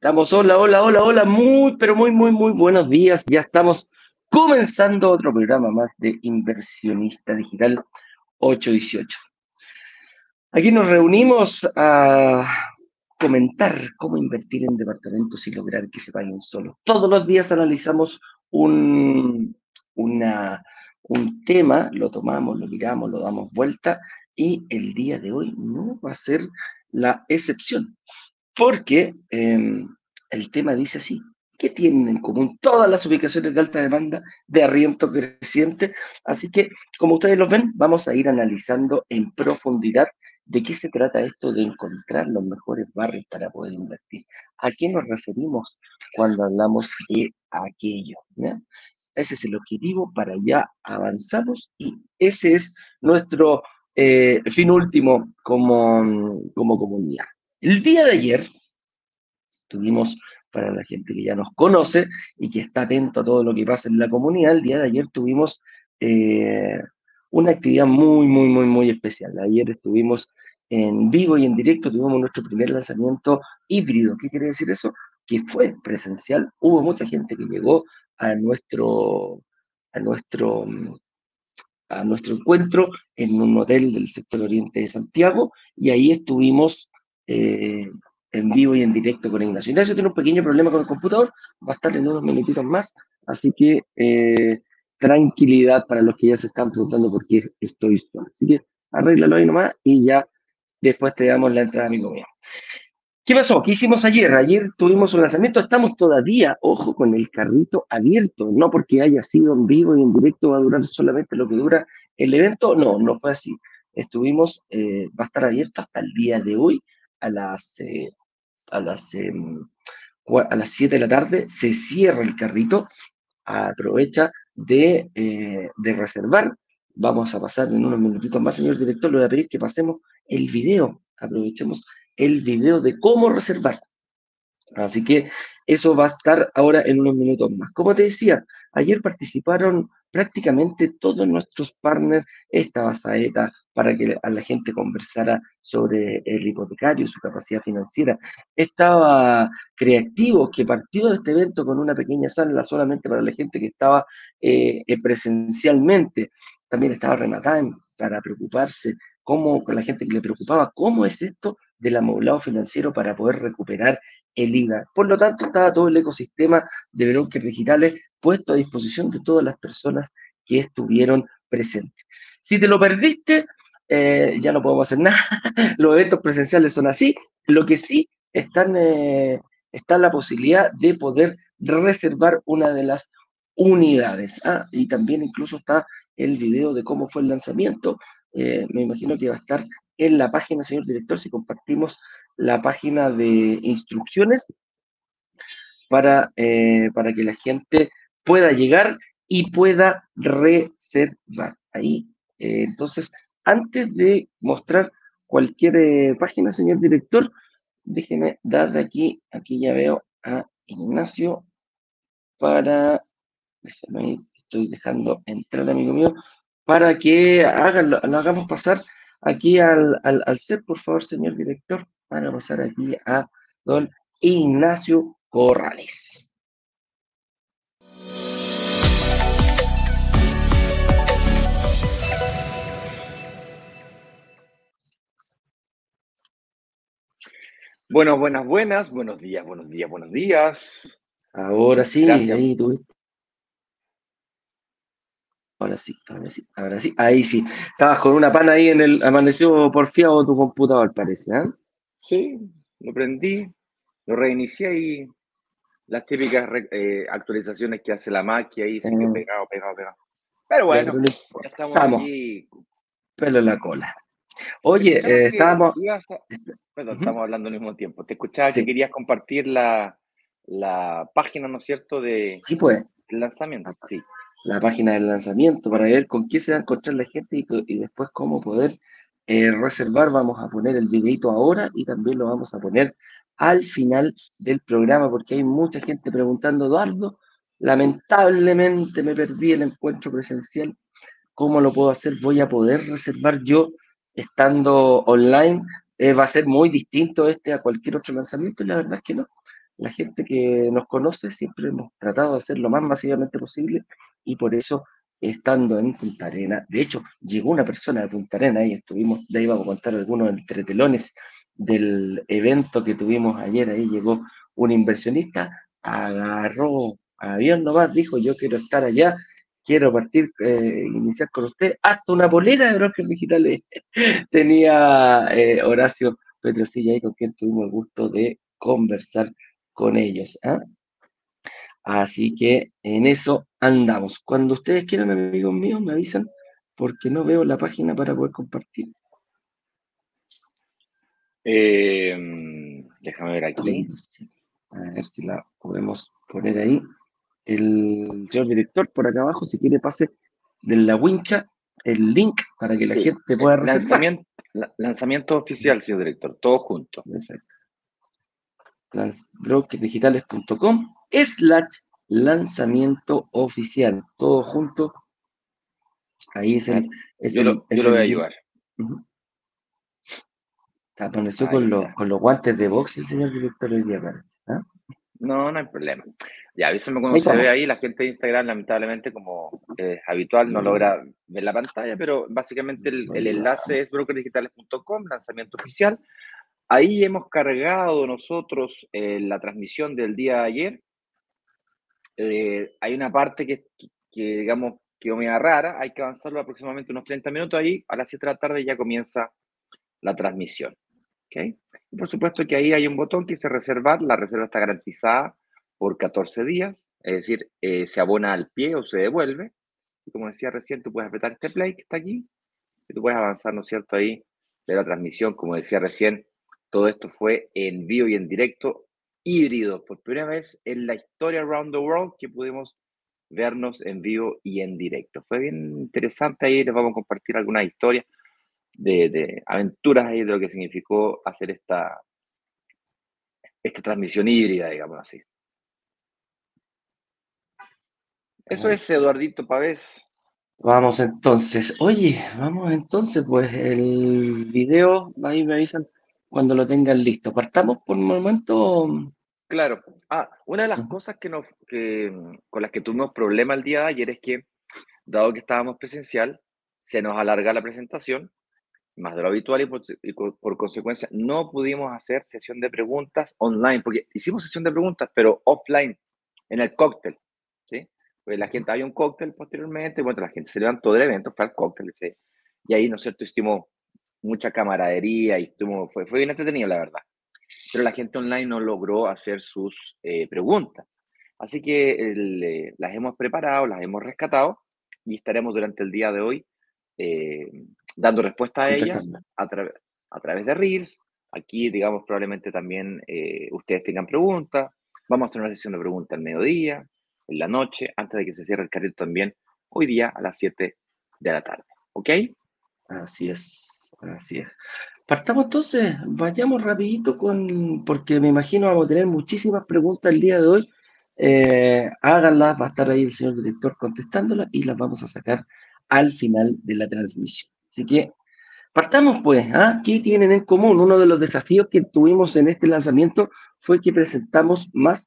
Estamos, hola, hola, hola, hola, muy, pero muy, muy, muy buenos días. Ya estamos comenzando otro programa más de Inversionista Digital 818. Aquí nos reunimos a comentar cómo invertir en departamentos y lograr que se paguen solos. Todos los días analizamos un, una, un tema, lo tomamos, lo miramos, lo damos vuelta y el día de hoy no va a ser la excepción. Porque el tema dice así, ¿qué tienen en común todas las ubicaciones de alta demanda de arriendo creciente? Así que, como ustedes lo ven, vamos a ir analizando en profundidad de qué se trata esto de encontrar los mejores barrios para poder invertir. ¿A qué nos referimos cuando hablamos de aquello? ¿Ya? Ese es el objetivo, para allá avanzamos y ese es nuestro fin último como comunidad. El día de ayer tuvimos, para la gente que ya nos conoce y que está atento a todo lo que pasa en la comunidad, el día de ayer tuvimos eh, una actividad muy, muy, muy, muy especial. Ayer estuvimos en vivo y en directo, tuvimos nuestro primer lanzamiento híbrido. ¿Qué quiere decir eso? Que fue presencial. Hubo mucha gente que llegó a nuestro, a nuestro, a nuestro encuentro en un hotel del sector oriente de Santiago y ahí estuvimos en vivo y en directo con Ignacio. Ignacio tiene un pequeño problema con el computador, va a estar en unos minutitos más, así que tranquilidad para los que ya se están preguntando por qué estoy solo. Así que arréglalo ahí nomás y ya después te damos la entrada, amigo mío. ¿Qué pasó? ¿Qué hicimos ayer? Ayer tuvimos un lanzamiento, estamos todavía, ojo, con el carrito abierto, no porque haya sido en vivo y en directo va a durar solamente lo que dura el evento, no, no fue así. Estuvimos, va a estar abierto hasta el día de hoy a las, a las, eh, a las 7 de la tarde, se cierra el carrito, aprovecha de reservar. Vamos a pasar en unos minutitos más, señor director, le voy a pedir que pasemos el video, aprovechemos el video de cómo reservar. Así que eso va a estar ahora en unos minutos más. Como te decía, ayer participaron prácticamente todos nuestros partners. Estaba Saeta para que a la gente conversara sobre el hipotecario, su capacidad financiera. Estaba Creativos, que partió de este evento con una pequeña sala solamente para la gente que estaba presencialmente. También estaba Renatán para preocuparse, cómo, con la gente que le preocupaba, cómo es esto del amoblado financiero para poder recuperar el IVA. Por lo tanto, estaba todo el ecosistema de brokers digitales puesto a disposición de todas las personas que estuvieron presentes. Si te lo perdiste, ya no podemos hacer nada. Los eventos presenciales son así. Lo que sí está la posibilidad de poder reservar una de las unidades. Y también incluso está el video de cómo fue el lanzamiento. Me imagino que va a estar en la página, señor director, si compartimos la página de instrucciones para que la gente pueda llegar y pueda reservar. Ahí, entonces, antes de mostrar cualquier página, señor director, déjeme darle aquí ya veo a Ignacio para, déjame ahí, estoy dejando entrar, amigo mío, para que lo hagamos pasar aquí al set, por favor, señor director, para pasar aquí a don Ignacio Corrales. Bueno, buenos días, buenos días, buenos días. Ahora sí, Gracias. ahí tú. Ahora sí, ahora sí, ahora sí, ahí sí. Estabas con una pana ahí en el, amaneció porfiado tu computador, parece, ¿eh? Sí, lo prendí, lo reinicié y las típicas actualizaciones que hace la máquina ahí, se quedó pegado. Pero Ya, bueno, pero no ya importa. estamos Estamos, aquí. pelo en la cola. Te escuchaba Oye, que estábamos. ibas a... Perdón, Uh-huh, estamos hablando al mismo tiempo. Te escuchaba que sí, querías compartir la página, ¿no es cierto?, del sí, pues. lanzamiento. Sí. La página del lanzamiento para ver con qué se va a encontrar la gente y después cómo poder reservar. Vamos a poner el videito ahora y también lo vamos a poner al final del programa porque hay mucha gente preguntando, Eduardo, lamentablemente me perdí el encuentro presencial, ¿cómo lo puedo hacer? ¿Voy a poder reservar yo estando online? ¿Va a ser muy distinto este a cualquier otro lanzamiento? Y la verdad es que no. la gente que nos conoce siempre hemos tratado de hacer lo más masivamente posible y por eso, estando en Punta Arenas, de hecho, llegó una persona de Punta Arenas y estuvimos, ya íbamos a contar algunos entretelones del evento que tuvimos ayer, ahí llegó un inversionista, agarró avión nomás, dijo, yo quiero estar allá, quiero partir, iniciar con usted, hasta una polera de Brokers Digitales tenía Horacio Petrosilla ahí con quien tuvimos el gusto de conversar con ellos. ¿Ah? Así que en eso andamos. Cuando ustedes quieran, amigos míos, me avisan porque no veo la página para poder compartir. Déjame ver aquí. A ver si la podemos poner ahí. El señor director, por acá abajo, si quiere, pase de la wincha el link para que la Sí, gente pueda reservar. lanzamiento oficial, señor director, todo junto. Perfecto. Brokerdigitales.com/lanzamiento oficial. Todo junto. Ahí es el. Es Yo el, lo es voy a el link. ayudar. Amaneció Ahí está. con los guantes de box el señor director hoy día, parece. ¿Ah? No, no hay problema. Ya, avísame cuando Ahí se ve estamos. ahí. La gente de Instagram, lamentablemente, como es habitual, no logra ver la pantalla, pero básicamente el enlace es brokerdigitales.com, lanzamiento oficial. Ahí hemos cargado nosotros la transmisión del día de ayer. Hay una parte que, digamos, quedó media rara, hay que avanzarlo aproximadamente unos 30 minutos ahí, a las 7 de la tarde ya comienza la transmisión. ¿Okay? Y por supuesto que ahí hay un botón que dice reservar, la reserva está garantizada por 14 días, es decir, se abona al pie o se devuelve. Y como decía recién, tú puedes apretar este play que está aquí y tú puedes avanzar, ¿no es cierto?, ahí de la transmisión. Como decía recién, todo esto fue en vivo y en directo, híbrido, por primera vez en la historia Around the World que pudimos vernos en vivo y en directo. Fue bien interesante, ahí les vamos a compartir algunas historias de aventuras ahí de lo que significó hacer esta transmisión híbrida, digamos así. Eso es Eduardito Pavés. Vamos entonces. Oye, vamos entonces, pues el video, ahí me avisan cuando lo tengan listo. Partamos por un momento. Claro. Una de las cosas con las que tuvimos problema el día de ayer es que, dado que estábamos presencial, se nos alarga la presentación, más de lo habitual, por consecuencia no pudimos hacer sesión de preguntas online, porque hicimos sesión de preguntas, pero offline, en el cóctel, ¿sí? Pues la gente, había un cóctel posteriormente, bueno, la gente se levantó del evento, fue al cóctel, ¿sí? Y ahí, ¿no es cierto?, hicimos mucha camaradería y fue bien entretenido, la verdad. Pero la gente online no logró hacer sus preguntas. Así que las hemos preparado, las hemos rescatado y estaremos durante el día de hoy eh, dando respuesta a ellas Contestando. a través de Reels. Aquí, digamos, probablemente también ustedes tengan preguntas. Vamos a hacer una sesión de preguntas al mediodía, en la noche, antes de que se cierre el carril también, hoy día a las 7 de la tarde. ¿Ok? Así es, así es. Partamos entonces, vayamos rapidito porque me imagino vamos a tener muchísimas preguntas el día de hoy. Háganlas, va a estar ahí el señor director contestándolas y las vamos a sacar al final de la transmisión. Así que partamos pues, ¿ah? ¿Qué tienen en común? Uno de los desafíos que tuvimos en este lanzamiento fue que presentamos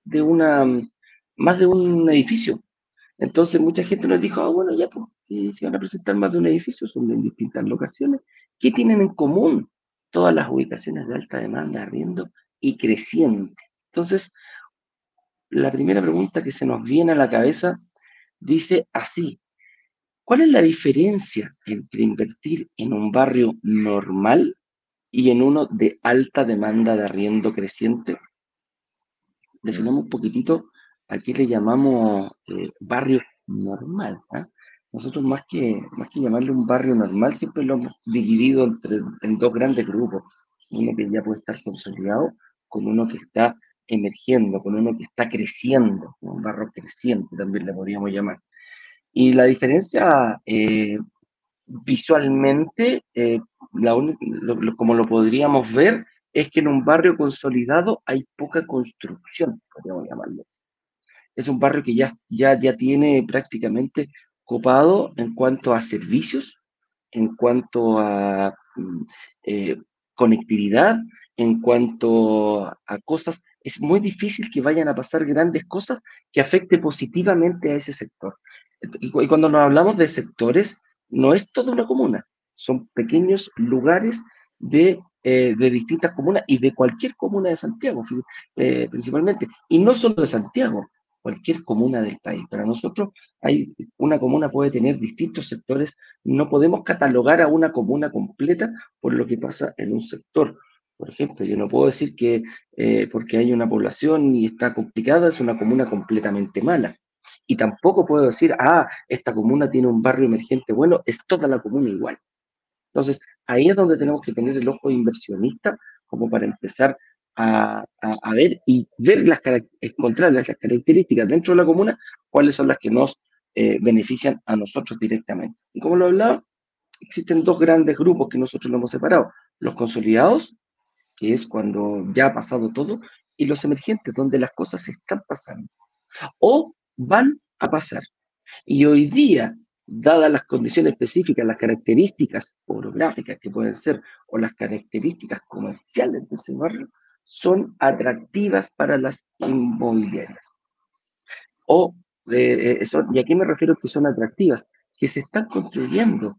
más de un edificio. Entonces mucha gente nos dijo, bueno, ya pues, y se van a presentar más de un edificio, son en distintas locaciones. ¿Qué tienen en común? Todas las ubicaciones de alta demanda, arriendo y creciente. Entonces, la primera pregunta que se nos viene a la cabeza dice así, ¿cuál es la diferencia entre invertir en un barrio normal y en uno de alta demanda de arriendo creciente? Definamos un poquitito a qué le llamamos barrio normal. ¿Ah? Nosotros más que llamarle un barrio normal, siempre lo hemos dividido en dos grandes grupos. Uno que ya puede estar consolidado, con uno que está emergiendo, con uno que está creciendo, ¿no? Un barrio creciente también le podríamos llamar. Y la diferencia visualmente, como lo podríamos ver, es que en un barrio consolidado hay poca construcción, podríamos llamarlo así. Es un barrio que ya tiene prácticamente copado en cuanto a servicios, en cuanto a eh, conectividad, en cuanto a cosas es muy difícil que vayan a pasar grandes cosas que afecte positivamente a ese sector. Y cuando nos hablamos de sectores, no es toda una comuna, son pequeños lugares de distintas comunas y de cualquier comuna de Santiago, principalmente. Y no solo de Santiago, cualquier comuna del país. Para nosotros, una comuna puede tener distintos sectores, no podemos catalogar a una comuna completa por lo que pasa en un sector. Por ejemplo, yo no puedo decir que porque hay una población y está complicada, es una comuna completamente mala. Y tampoco puedo decir, esta comuna tiene un barrio emergente bueno, es toda la comuna igual. Entonces, ahí es donde tenemos que tener el ojo de inversionista como para empezar a ver y ver encontrar las características dentro de la comuna, cuáles son las que nos benefician a nosotros directamente. Y como lo hablaba, existen dos grandes grupos que nosotros lo hemos separado. Los consolidados, que es cuando ya ha pasado todo, y los emergentes, donde las cosas están pasando o van a pasar. Y hoy día, dadas las condiciones específicas, las características orográficas que pueden ser, o las características comerciales de ese barrio, son atractivas para las inmobiliarias. ¿Y a qué me refiero que son atractivas? Que se están construyendo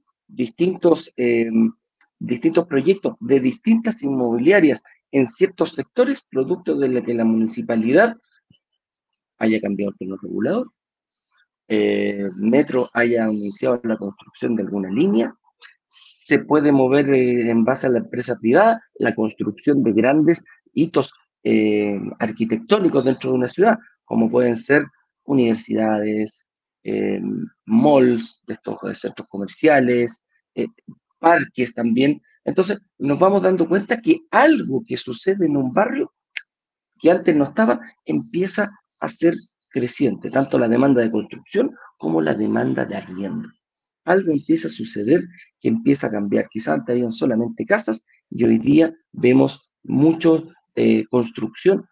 distintos proyectos de distintas inmobiliarias en ciertos sectores, producto de que la municipalidad haya cambiado el plano regulador, Metro haya iniciado la construcción de alguna línea, se puede mover en base a la empresa privada la construcción de grandes hitos arquitectónicos dentro de una ciudad, como pueden ser universidades, eh, malls, de estos centros comerciales, eh, parques también. Entonces nos vamos dando cuenta que algo que sucede en un barrio que antes no estaba, empieza a ser creciente, tanto la demanda de construcción como la demanda de arriendo. Algo empieza a suceder que empieza a cambiar. Quizás antes habían solamente casas y hoy día vemos mucho construcción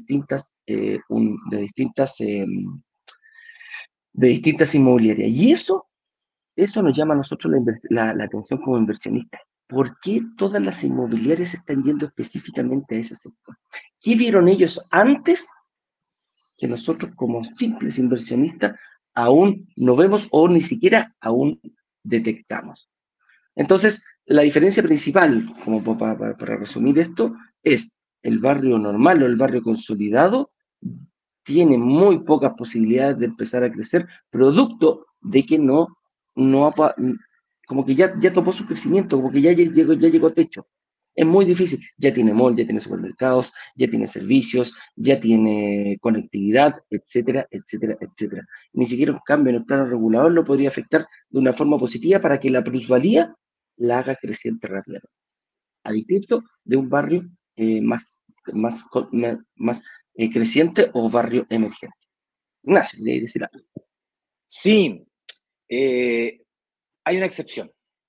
de distintas inmobiliarias. Y eso nos llama a nosotros la atención como inversionistas. ¿Por qué todas las inmobiliarias están yendo específicamente a ese sector? ¿Qué vieron ellos antes que nosotros como simples inversionistas aún no vemos o ni siquiera aún detectamos? Entonces, la diferencia principal, como para resumir esto, es el barrio normal o el barrio consolidado tiene muy pocas posibilidades de empezar a crecer, producto de que no como que ya topó su crecimiento, como que ya llegó a techo. Es muy difícil. Ya tiene mall, ya tiene supermercados, ya tiene servicios, ya tiene conectividad, etcétera, etcétera, etcétera. Ni siquiera un cambio en el plano regulador lo podría afectar de una forma positiva para que la plusvalía la haga creciente rápidamente. A distinto de un barrio más, más creciente o barrio emergente. Ignacio, ¿queréis decir algo? Sí, hay una excepción.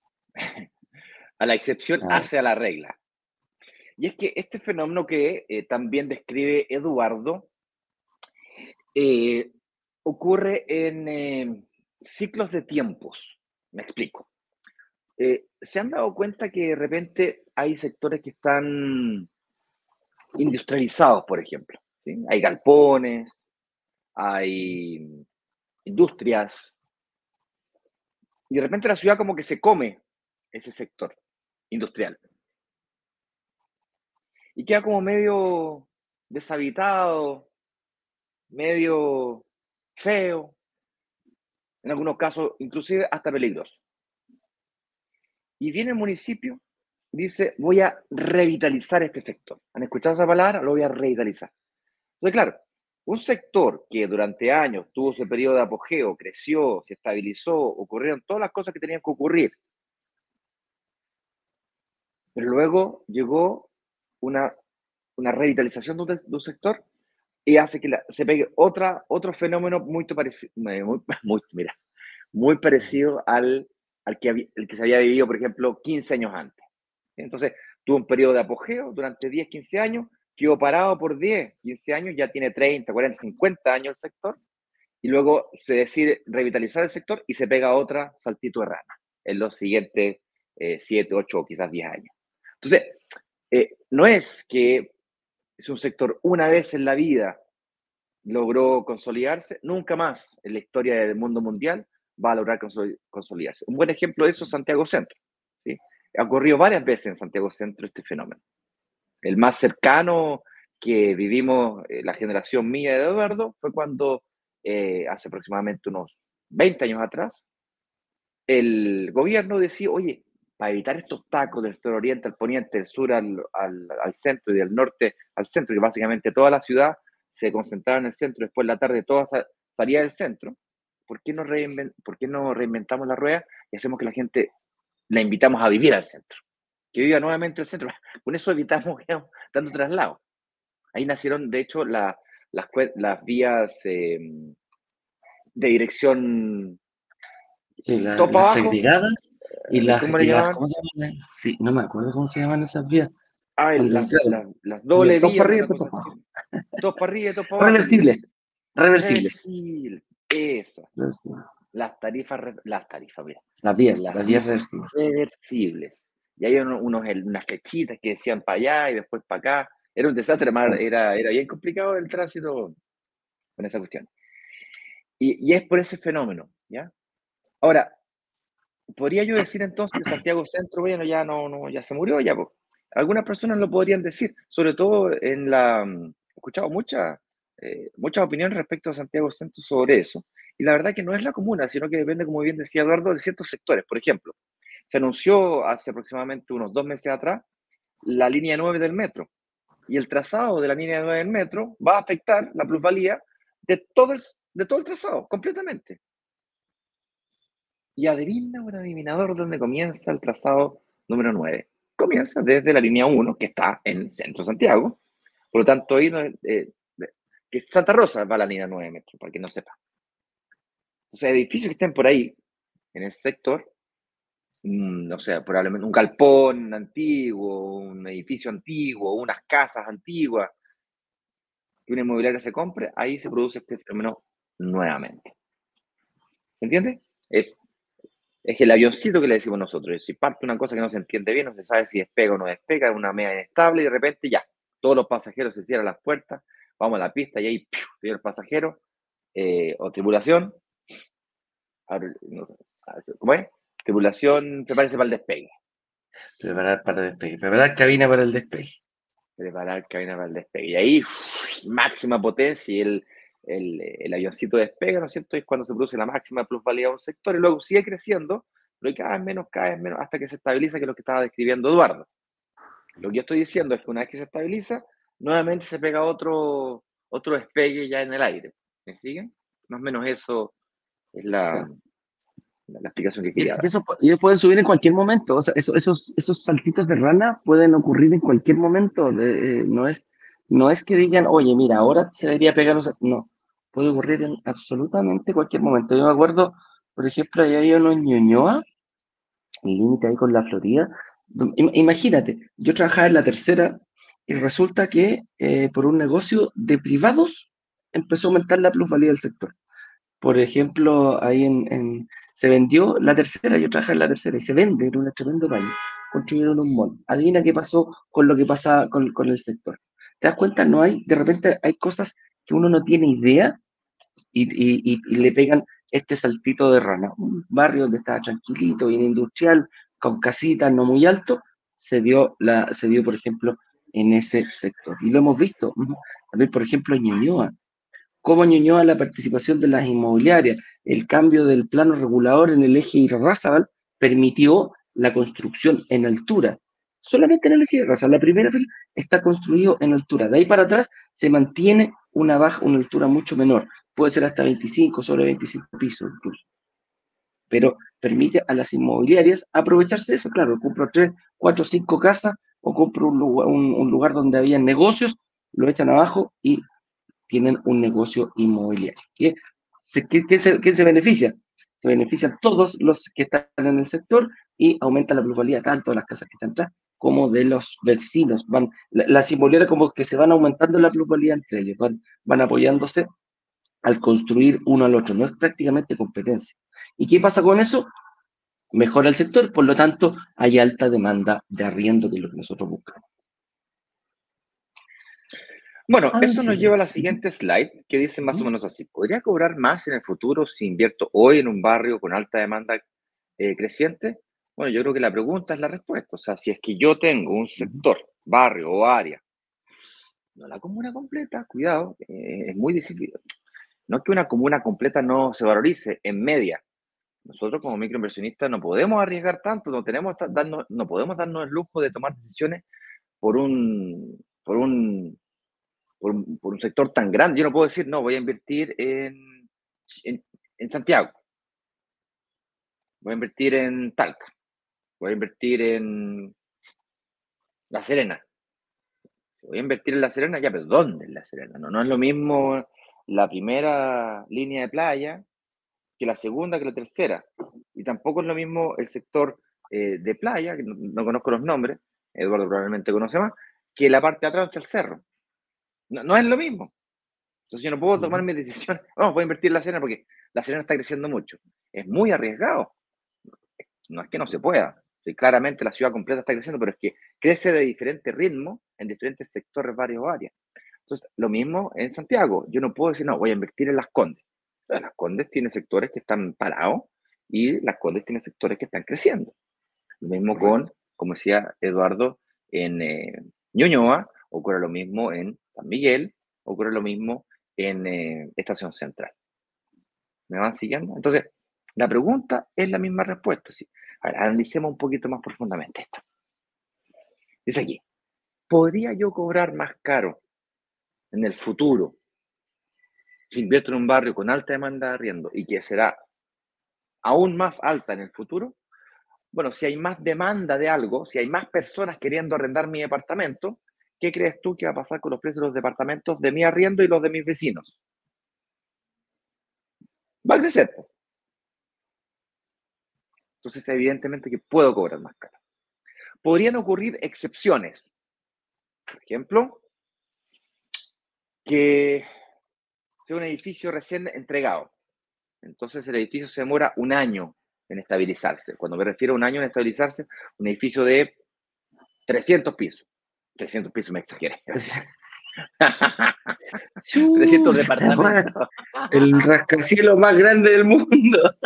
A la excepción A ver, hace a la regla. Y es que este fenómeno que también describe Eduardo ocurre en ciclos de tiempos. Me explico. ¿Se han dado cuenta que de repente hay sectores que están industrializados, por ejemplo? ¿Sí? Hay galpones, hay industrias, y de repente la ciudad como que se come ese sector industrial. Y queda como medio deshabitado, medio feo, en algunos casos inclusive hasta peligroso. Y viene el municipio y dice, voy a revitalizar este sector. ¿Han escuchado esa palabra? Lo voy a revitalizar. Entonces, claro, un sector que durante años tuvo ese periodo de apogeo, creció, se estabilizó, ocurrieron todas las cosas que tenían que ocurrir, pero luego llegó una, una revitalización de un sector y hace que se pegue otro fenómeno muy parecido, mira, muy parecido el que se había vivido, por ejemplo, 15 años antes. Entonces, tuvo un periodo de apogeo durante 10, 15 años, quedó parado por 10, 15 años, ya tiene 30, 40, 50 años el sector, y luego se decide revitalizar el sector y se pega otra saltito de rana en los siguientes 7, 8 o quizás 10 años. Entonces, no es que es un sector una vez en la vida logró consolidarse, nunca más en la historia del mundo mundial va a lograr consolidarse. Un buen ejemplo de eso es Santiago Centro. ¿Sí? Ha ocurrido varias veces en Santiago Centro este fenómeno. El más cercano que vivimos la generación mía de Eduardo fue cuando hace aproximadamente unos 20 años atrás, el gobierno decía, oye, para evitar estos tacos del oriente al poniente, del sur al centro y del norte al centro, que básicamente toda la ciudad se concentraba en el centro, después en la tarde toda salía del centro, ¿por qué no reinventamos la rueda y hacemos que la gente la invitamos a vivir al centro? Que viva nuevamente el centro. Con eso evitamos tanto traslado. Ahí nacieron, de hecho, las vías de dirección Sí, todo para las abajo, segregadas ¿cómo le llamaban? ¿cómo se llaman? Sí, no me acuerdo cómo se llaman esas vías. Ah, Cuando, claro, las doble dos para vías, arriba una y dos cosa para así. abajo. Dos para arriba y dos para abajo. Reversibles, reversibles. Reversible, esa. Reversibles. Las tarifas, mira. Las vías reversibles. Reversibles. Y hay unas flechitas que decían para allá y después para acá. Era un desastre, era bien complicado el tránsito con esa cuestión. Y es por ese fenómeno, ¿ya? Ahora, podría yo decir entonces que Santiago Centro, bueno, ya ya se murió, ya, pues. Algunas personas lo podrían decir, sobre todo he escuchado muchas opiniones respecto a Santiago Centro sobre eso. Y la verdad que no es la comuna, sino que depende, como bien decía Eduardo, de ciertos sectores. Por ejemplo, se anunció hace aproximadamente unos 2 meses atrás la línea 9 del metro. Y el trazado de la línea 9 del metro va a afectar la plusvalía de todo el trazado, completamente. Y adivina un adivinador dónde comienza el trazado número 9. Comienza desde la línea 1, que está en Centro Santiago. Por lo tanto, ahí no que Santa Rosa va a la línea 9 metro, para que no sepa. O sea, edificios que estén por ahí, en ese sector, no sé, probablemente un galpón antiguo, un edificio antiguo, unas casas antiguas, que una inmobiliaria se compre, ahí se produce este fenómeno nuevamente. ¿Se entiende? Es el avioncito que le decimos nosotros. Si parte una cosa que no se entiende bien, no se sabe si despega o no despega, es una media inestable y de repente ya, todos los pasajeros se cierran las puertas, vamos a la pista y ahí, el pasajero o tripulación, ¿cómo es? Tripulación, prepárese para el despegue. Preparar para el despegue. Preparar cabina para el despegue. Preparar cabina para el despegue. Y ahí, máxima potencia y el avioncito despega, ¿no es cierto? Es cuando se produce la máxima plusvalía de un sector y luego sigue creciendo, pero cada vez menos, hasta que se estabiliza, que es lo que estaba describiendo Eduardo. Lo que yo estoy diciendo es que una vez que se estabiliza, nuevamente se pega otro despegue ya en el aire. ¿Me siguen? Más o menos eso es la explicación que quería dar. Ellos pueden subir en cualquier momento. O sea, esos saltitos de rana pueden ocurrir en cualquier momento. No es que digan, oye, mira, ahora se debería pegar. No, puede ocurrir en absolutamente cualquier momento. Yo me acuerdo, por ejemplo, allá había uno en Ñuñoa, el límite ahí con la Florida. Imagínate, yo trabajaba en la tercera y resulta que por un negocio de privados empezó a aumentar la plusvalía del sector. Por ejemplo, ahí se vendió la tercera, yo trabajaba en la tercera y se vende en un tremendo país. Construyeron un mall. Adivina qué pasó con lo que pasa con el sector. ¿Te das cuenta? De repente hay cosas que uno no tiene idea y le pegan este saltito de rana. Un barrio donde estaba tranquilito, bien industrial, con casitas no muy alto, se dio, por ejemplo, en ese sector. Y lo hemos visto. También, por ejemplo, en Ñuñoa. Cómo Ñuñoa la participación de las inmobiliarias, el cambio del plano regulador en el eje Irarrázaval permitió la construcción en altura. Solamente en el eje Irarrázaval, la primera fila está construido en altura. De ahí para atrás se mantiene una altura mucho menor. Puede ser hasta 25, sobre 25 pisos incluso. Pero permite a las inmobiliarias aprovecharse de eso. Claro, compro 3, 4, 5 casas o compro un lugar donde había negocios, lo echan abajo y tienen un negocio inmobiliario. ¿Quién se beneficia? Se benefician todos los que están en el sector y aumenta la plusvalía tanto de las casas que están atrás como de los vecinos. Las inmobiliarias como que se van aumentando la plusvalía entre ellos, van apoyándose al construir uno al otro. No es prácticamente competencia. ¿Y qué pasa con eso? Mejora el sector, por lo tanto, hay alta demanda de arriendo, que es lo que nosotros buscamos. Bueno, Ah, eso nos sí. lleva a la Ujú, siguiente slide que dice más o ujú, menos así. ¿Podría cobrar más en el futuro si invierto hoy en un barrio con alta demanda creciente? Bueno, yo creo que la pregunta es la respuesta. O sea, si es que yo tengo un ujú, sector, barrio o área, no la comuna completa, cuidado, es muy difícil. No es que una comuna completa no se valorice, en media. Nosotros como microinversionistas no podemos arriesgar tanto, no podemos darnos el lujo de tomar decisiones por por un, por un sector tan grande. Yo no puedo decir, no, voy a invertir en, en Santiago, voy a invertir en Talca, voy a invertir en La Serena. Voy a invertir en La Serena, ya, pero ¿dónde en La Serena? No, no es lo mismo la primera línea de playa que la segunda, que la tercera. Y tampoco es lo mismo el sector de playa, que no conozco los nombres, Eduardo probablemente conoce más, que la parte de atrás del cerro. No, no es lo mismo. Entonces yo no puedo tomar ujú. mi decisión, vamos, voy a invertir en La Serena porque La Serena está creciendo mucho. Es muy arriesgado. No es que no se pueda. Sí, claramente la ciudad completa está creciendo, pero es que crece de diferente ritmo en diferentes sectores, varios áreas. Entonces, lo mismo en Santiago. Yo no puedo decir, no, voy a invertir en Las Condes. Pero Las Condes tiene sectores que están parados y Las Condes tiene sectores que están creciendo. Lo mismo con, Correcto. como decía Eduardo, en Ñuñoa, ocurre lo mismo en San Miguel, ocurre lo mismo en Estación Central. ¿Me van siguiendo? Entonces, la pregunta es la misma respuesta. ¿Sí? Ahora, analicemos un poquito más profundamente esto. Dice aquí, ¿podría yo cobrar más caro en el futuro si invierto en un barrio con alta demanda de arriendo y que será aún más alta en el futuro? Bueno, si hay más demanda de algo, si hay más personas queriendo arrendar mi departamento, ¿qué crees tú que va a pasar con los precios de los departamentos de mi arriendo y los de mis vecinos? Va a crecer. Entonces, evidentemente que puedo cobrar más caro. Podrían ocurrir excepciones. Por ejemplo, que sea un edificio recién entregado. Entonces, el edificio se demora un año en estabilizarse. Cuando me refiero a un año en estabilizarse, un edificio de 300 pisos. 300 pisos me exageré. 300 Chuta, departamentos. man, el rascacielos más grande del mundo.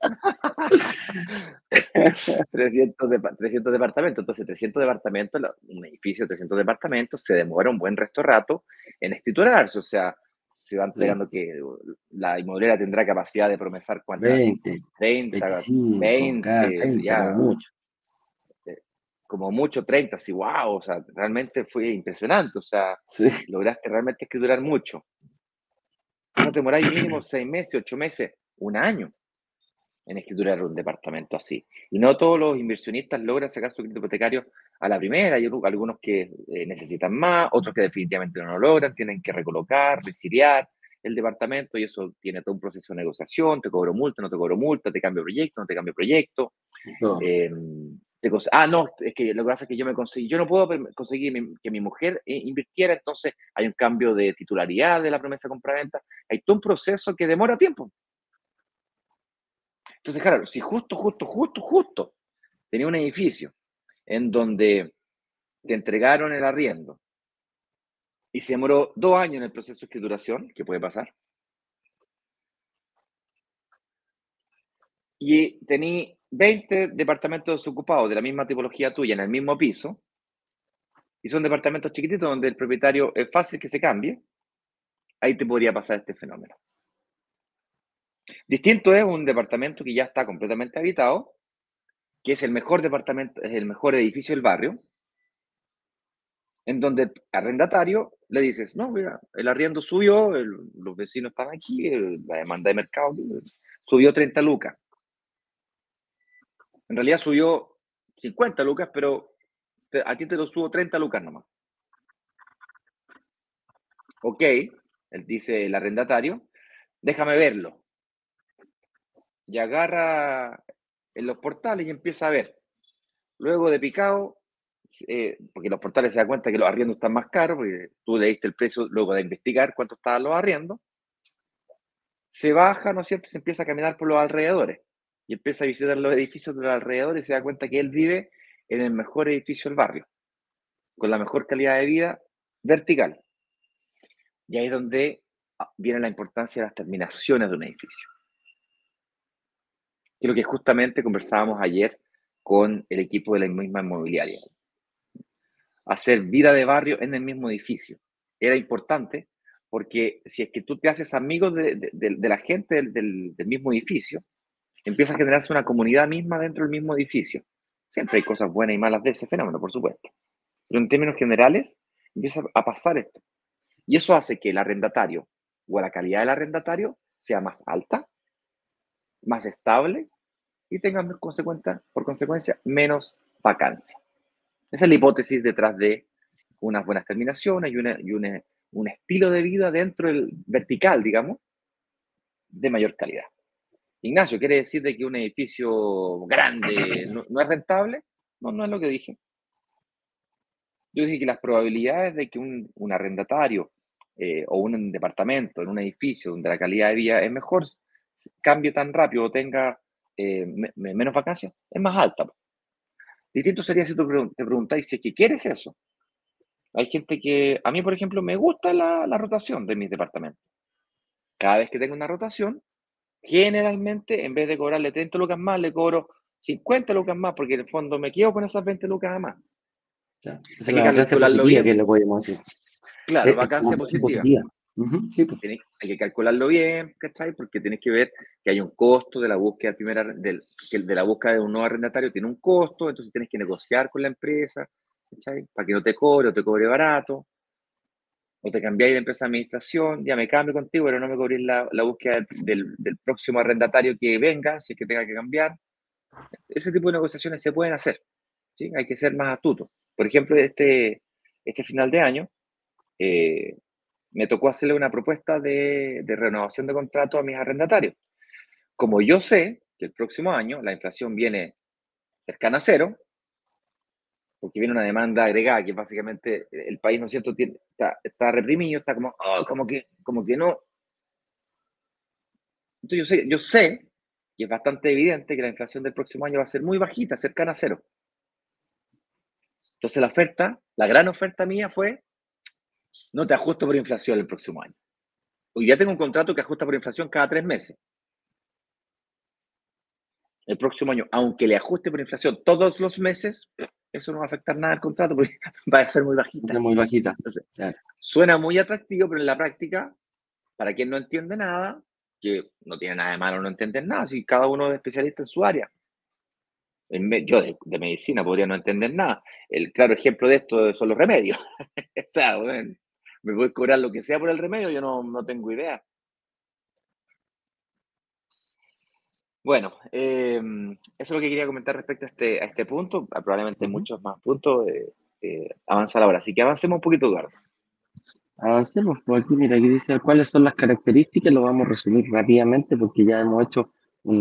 300 departamentos. Entonces, 300 departamentos, un edificio de 300 departamentos, se demora un buen resto de rato en escriturarse. O sea, se va Sí, entregando que la inmobiliaria tendrá capacidad de promesar cuántas, 20, 30, 25, cada 20, 30 como ya, mucho. como mucho 30, así, wow, o sea, realmente fue impresionante. O sea, Sí. lograste realmente escriturar mucho. No te demoráis mínimo 6 meses, 8 meses, un año en escriturar un departamento así. Y no todos los inversionistas logran sacar su crédito hipotecario a la primera. Hay algunos que necesitan más, otros que definitivamente no lo logran, tienen que recolocar, resiliar el departamento y eso tiene todo un proceso de negociación, te cobro multa, no te cobro multa, te cambio proyecto, no te cambio proyecto. No. Eh, no, es que lo que pasa es que yo me conseguí, yo no puedo conseguir que mi mujer invirtiera, entonces hay un cambio de titularidad de la promesa de compraventa, hay todo un proceso que demora tiempo. Entonces, claro, si justo tenía un edificio en donde te entregaron el arriendo y se demoró 2 años en el proceso de escrituración, ¿qué puede pasar? Y tení 20 departamentos desocupados de la misma tipología tuya en el mismo piso, y son departamentos chiquititos donde el propietario es fácil que se cambie, ahí te podría pasar este fenómeno. Distinto es un departamento que ya está completamente habitado, que es el mejor departamento, es el mejor edificio del barrio, en donde el arrendatario le dices, no, mira, el arriendo subió, los vecinos están aquí, la demanda de mercado subió 30 lucas. En realidad subió 50 lucas, pero a ti te lo subo 30 lucas nomás. Ok, él dice el arrendatario, déjame verlo. Y agarra en los portales y empieza a ver. Luego de picado, porque los portales se dan cuenta que los arriendos están más caros, porque tú le diste el precio luego de investigar cuánto estaban los arriendos, se baja, ¿no es cierto? Se empieza a caminar por los alrededores y empieza a visitar los edificios de los alrededores y se da cuenta que él vive en el mejor edificio del barrio, con la mejor calidad de vida vertical. Y ahí es donde viene la importancia de las terminaciones de un edificio. Que es lo que justamente conversábamos ayer con el equipo de la misma inmobiliaria. Hacer vida de barrio en el mismo edificio. Era importante porque si es que tú te haces amigo de la gente del mismo edificio, empieza a generarse una comunidad misma dentro del mismo edificio. Siempre hay cosas buenas y malas de ese fenómeno, por supuesto. Pero en términos generales, empieza a pasar esto. Y eso hace que el arrendatario o la calidad del arrendatario sea más alta, más estable y tenga por consecuencia menos vacancia. Esa es la hipótesis detrás de unas buenas terminaciones y un estilo de vida dentro del vertical, digamos, de mayor calidad. Ignacio, ¿quiere decir de que un edificio grande no es rentable? No, no es lo que dije. Yo dije que las probabilidades de que un arrendatario o un departamento en un edificio donde la calidad de vida es mejor, cambie tan rápido o tenga menos vacancias, es más alta. Distinto sería si tú te preguntáis si es que quieres eso. Hay gente que, a mí por ejemplo, me gusta la rotación de mis departamentos. Cada vez que tengo una rotación, generalmente en vez de cobrarle 30 lucas más, le cobro 50 lucas más, porque en el fondo me quedo con esas 20 lucas más. Claro. Esa es Hay la que vacancia calcularlo positiva bien. que le podemos decir. Claro, Es como vacancia vacancia positiva. positiva. Sí, pues. Hay que calcularlo bien, ¿cachai? Porque tienes que ver que hay un costo de la búsqueda de la búsqueda de un nuevo arrendatario tiene un costo, entonces tienes que negociar con la empresa, ¿cachai? Para que no te cobre o te cobre barato, o te cambiáis de empresa de administración, ya me cambio contigo, pero no me cobréis la búsqueda del próximo arrendatario que venga, si es que tenga que cambiar. Ese tipo de negociaciones se pueden hacer, ¿sí? Hay que ser más astuto. Por ejemplo, este final de año, me tocó hacerle una propuesta de renovación de contrato a mis arrendatarios. Como yo sé que el próximo año la inflación viene cercana a cero, porque viene una demanda agregada, que básicamente el país, ¿no es cierto?, está reprimido, está como, oh, como que no. Entonces yo sé, y es bastante evidente, que la inflación del próximo año va a ser muy bajita, cercana a cero. Entonces la gran oferta mía fue, no te ajusto por inflación el próximo año. Hoy ya tengo un contrato que ajusta por inflación cada 3 meses. El próximo año, aunque le ajuste por inflación todos los meses, eso no va a afectar nada al contrato porque va a ser muy bajita. Es muy bajita. Entonces, Claro. suena muy atractivo, pero en la práctica, para quien no entiende nada, que no tiene nada de malo no entender nada, si cada uno es especialista en su área. Yo de medicina podría no entender nada. El claro ejemplo de esto son los remedios. O sea, bueno, me voy a cobrar lo que sea por el remedio, yo no tengo idea. Bueno, eso es lo que quería comentar respecto a este punto. Probablemente muchos más puntos avanza la hora. Así que avancemos un poquito, Eduardo. Avancemos, pues aquí, mira, aquí dice cuáles son las características, lo vamos a resumir rápidamente porque ya hemos hecho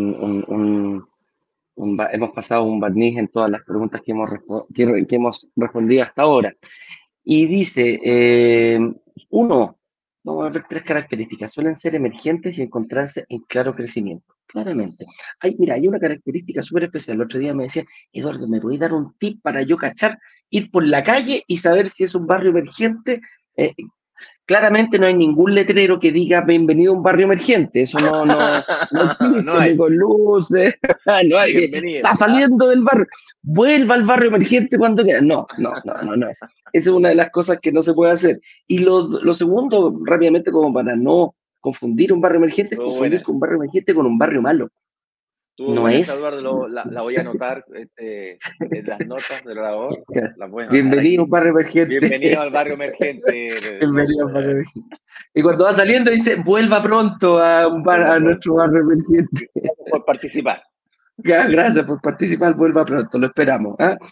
hemos pasado un barniz en todas las preguntas que hemos respondido hasta ahora. Y dice, uno, vamos a ver tres características, suelen ser emergentes y encontrarse en claro crecimiento, claramente. Mira, hay una característica súper especial. El otro día me decía, Eduardo, ¿me podés dar un tip para yo cachar, ir por la calle y saber si es un barrio emergente? Claramente no hay ningún letrero que diga bienvenido a un barrio emergente, eso no No existe, ni hay. con luces, no hay, Bienvenido. está saliendo del barrio, vuelva al barrio emergente cuando quiera. No es. Esa es una de las cosas que no se puede hacer. Y lo segundo, rápidamente, como para no confundir un barrio emergente, es Estuvo confundir buena un esa. barrio emergente con un barrio malo. Estuvo No buena esa, es. Eduardo. La voy a anotar en las notas del orador. Las voy a anotar Bienvenido a un aquí. barrio emergente. Bienvenido al barrio emergente. Bienvenido al barrio emergente. Y cuando va saliendo dice, vuelva pronto a nuestro barrio emergente. Por participar. Gracias por participar, vuelva pronto, lo esperamos.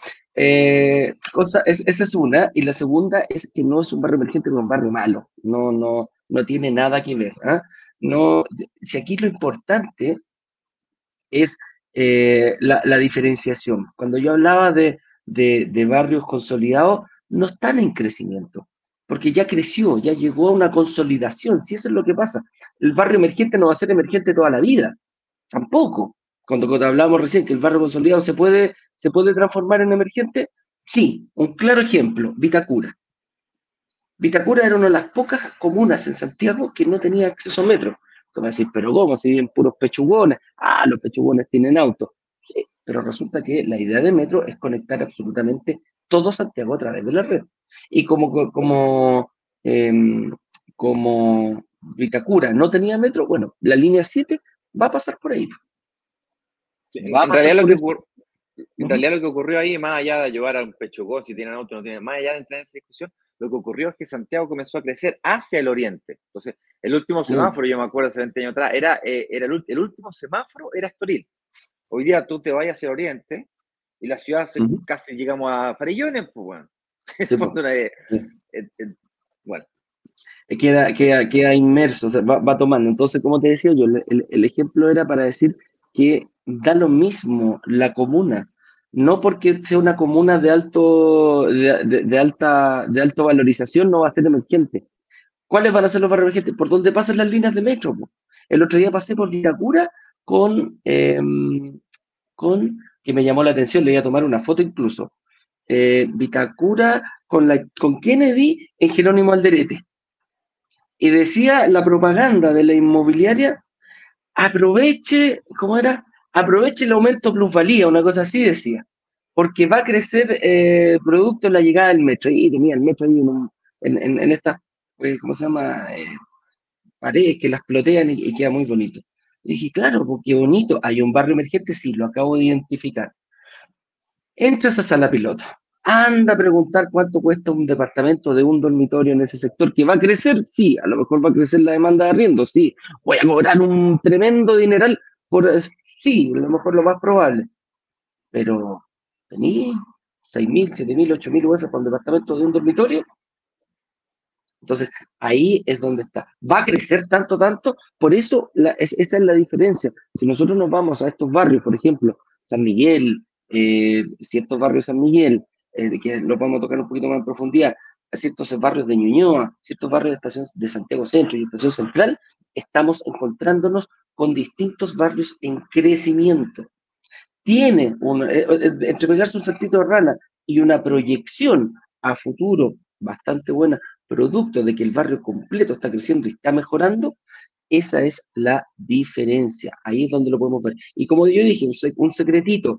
Esa es una, y la segunda es que no es un barrio emergente, es un barrio malo, no tiene nada que ver. No, si aquí lo importante es la diferenciación. Cuando yo hablaba de barrios consolidados, no están en crecimiento, porque ya creció, ya llegó a una consolidación, si eso es lo que pasa. El barrio emergente no va a ser emergente toda la vida, tampoco. Cuando hablamos recién que el barrio consolidado se puede transformar en emergente, sí, un claro ejemplo, Vitacura. Vitacura era una de las pocas comunas en Santiago que no tenía acceso a metro. Tú vas a decir, pero ¿cómo? Si viven puros pechugones. Ah, los pechugones tienen auto. Sí, pero resulta que la idea de metro es conectar absolutamente todo Santiago a través de la red. Y em, como Vitacura no tenía metro, bueno, la línea 7 va a pasar por ahí. Sí, Va a pasar por eso. en realidad lo que ocurrió ahí, más allá de ayudar a un pechugón, si tienen auto o no tienen, más allá de entrar en esa discusión, lo que ocurrió es que Santiago comenzó a crecer hacia el oriente. Entonces, el último Mm, semáforo, yo me acuerdo hace 20 años atrás, era el último semáforo era Estoril. Hoy día tú te vayas hacia el oriente y la ciudad ujú. casi llegamos a Farillones, pues bueno. En el Sí, po. fondo, Sí. bueno, Queda inmerso, o sea, va tomando. Entonces, como te decía yo, el ejemplo era para decir que da lo mismo la comuna, no porque sea una comuna de alta valorización no va a ser emergente. ¿Cuáles van a ser los barrios emergentes? ¿Por dónde pasan las líneas de metro, po? El otro día pasé por Vitacura con, que me llamó la atención, le voy a tomar una foto incluso, Vitacura con Kennedy en Jerónimo Alderete. Y decía la propaganda de la inmobiliaria, aproveche, ¿cómo era? Aproveche el aumento plusvalía, una cosa así decía, porque va a crecer producto de la llegada del metro. Y tenía el metro ahí en estas, ¿cómo se llama? Paredes que las plotean y queda muy bonito. Y dije, claro, porque bonito, hay un barrio emergente, sí, lo acabo de identificar. Entras a sala piloto. Anda a preguntar cuánto cuesta un departamento de un dormitorio en ese sector, que va a crecer, sí, a lo mejor va a crecer la demanda de arriendo, sí, voy a cobrar un tremendo dineral por, sí, a lo mejor lo más probable, pero tení 6.000, 7.000, 8.000 UF para un departamento de un dormitorio, entonces ahí es donde está. Va a crecer tanto, tanto, por eso esa es la diferencia. Si nosotros nos vamos a estos barrios, por ejemplo, San Miguel, ciertos barrios de San Miguel, que los vamos a tocar un poquito más en profundidad, ciertos barrios de Ñuñoa, ciertos barrios de Estación de Santiago Centro y Estación Central, estamos encontrándonos con distintos barrios en crecimiento. Tiene entre pegarse un saltito de rana y una proyección a futuro bastante buena, producto de que el barrio completo está creciendo y está mejorando, esa es la diferencia. Ahí es donde lo podemos ver. Y como yo dije, un secretito,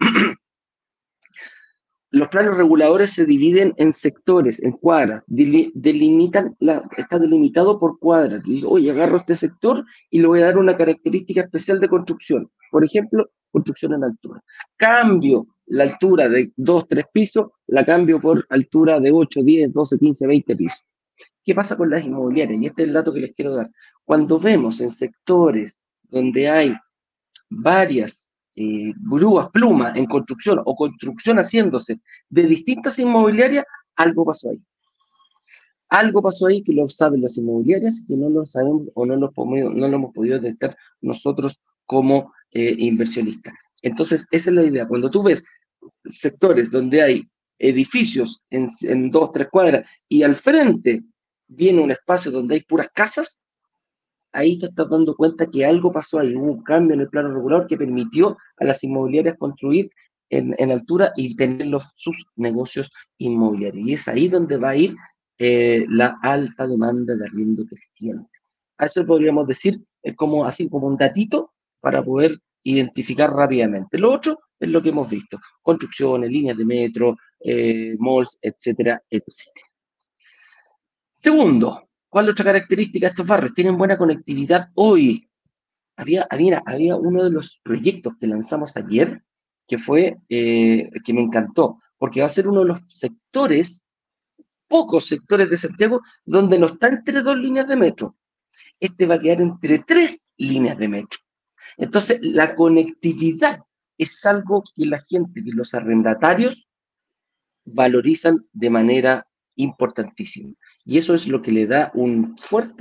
los planos reguladores se dividen en sectores, en cuadras, está delimitado por cuadras. Digo, oye, agarro este sector y le voy a dar una característica especial de construcción. Por ejemplo, construcción en altura. Cambio la altura de 2, 3 pisos, la cambio por altura de 8, 10, 12, 15, 20 pisos. ¿Qué pasa con las inmobiliarias? Y este es el dato que les quiero dar. Cuando vemos en sectores donde hay varias grúas, plumas en construcción o construcción haciéndose de distintas inmobiliarias, algo pasó ahí. Algo pasó ahí que lo saben las inmobiliarias, que no lo sabemos o no lo hemos podido detectar nosotros como inversionistas. Entonces, esa es la idea. Cuando tú ves sectores donde hay edificios en 2, 3 cuadras y al frente viene un espacio donde hay puras casas, ahí te estás dando cuenta que algo pasó ahí, hubo un cambio en el plano regulador que permitió a las inmobiliarias construir en altura y tener sus negocios inmobiliarios. Y es ahí donde va a ir la alta demanda de arriendo creciente. A eso podríamos decir como así como un datito para poder identificar rápidamente. Lo otro es lo que hemos visto, construcciones, líneas de metro, malls, etcétera, etcétera. Segundo, ¿cuál es otra característica de estos barrios? Tienen buena conectividad hoy. Había uno de los proyectos que lanzamos ayer que fue, que me encantó, porque va a ser uno de los sectores, pocos sectores de Santiago, donde no está entre dos líneas de metro. Este va a quedar entre tres líneas de metro. Entonces, la conectividad es algo que la gente, que los arrendatarios valorizan de manera importantísima. Y eso es lo que le da un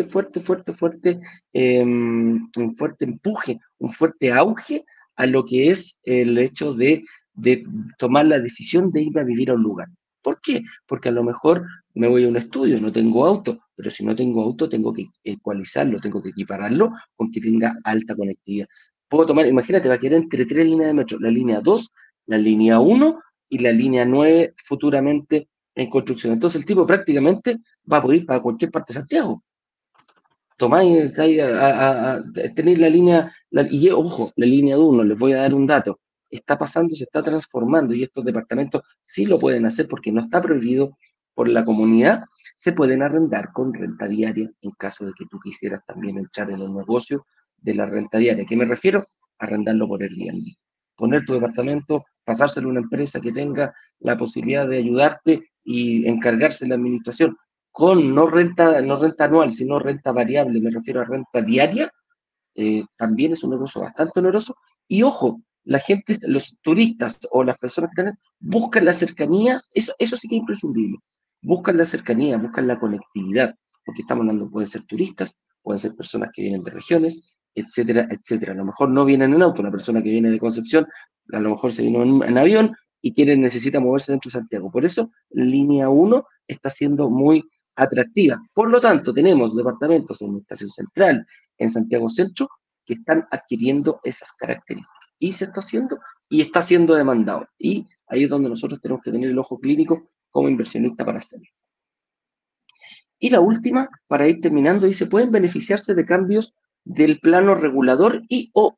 un fuerte empuje, un fuerte auge a lo que es el hecho de tomar la decisión de ir a vivir a un lugar. ¿Por qué? Porque a lo mejor me voy a un estudio, no tengo auto, pero si no tengo auto tengo que ecualizarlo, tengo que equipararlo con que tenga alta conectividad. Puedo tomar, imagínate, va a quedar entre tres líneas de metro, la línea 2, la línea 1 y la línea 9 futuramente en construcción. Entonces el tipo prácticamente va a poder ir para cualquier parte de Santiago. Tomáis, tenéis la línea, y ojo, la línea 1, les voy a dar un dato, está pasando, se está transformando y estos departamentos sí lo pueden hacer porque no está prohibido por la comunidad, se pueden arrendar con renta diaria en caso de que tú quisieras también entrar en el negocio de la renta diaria. ¿A qué me refiero? Arrendarlo por Airbnb. Poner tu departamento, pasárselo a una empresa que tenga la posibilidad de ayudarte y encargarse de la administración con no renta anual, sino renta variable, me refiero a renta diaria, también es un negocio bastante oneroso. Y ojo, la gente, los turistas o las personas que están, buscan la cercanía, eso sí que es imprescindible. Buscan la cercanía, buscan la conectividad, porque estamos hablando, pueden ser turistas, pueden ser personas que vienen de regiones, etcétera, etcétera. A lo mejor no vienen en auto, una persona que viene de Concepción, a lo mejor se vino en avión y necesita moverse dentro de Santiago. Por eso, línea 1 está siendo muy atractiva. Por lo tanto, tenemos departamentos en Estación Central, en Santiago Centro, que están adquiriendo esas características. Y se está haciendo y está siendo demandado. Y ahí es donde nosotros tenemos que tener el ojo clínico como inversionista para hacerlo. Y la última, para ir terminando, dice, pueden beneficiarse de cambios del plano regulador y o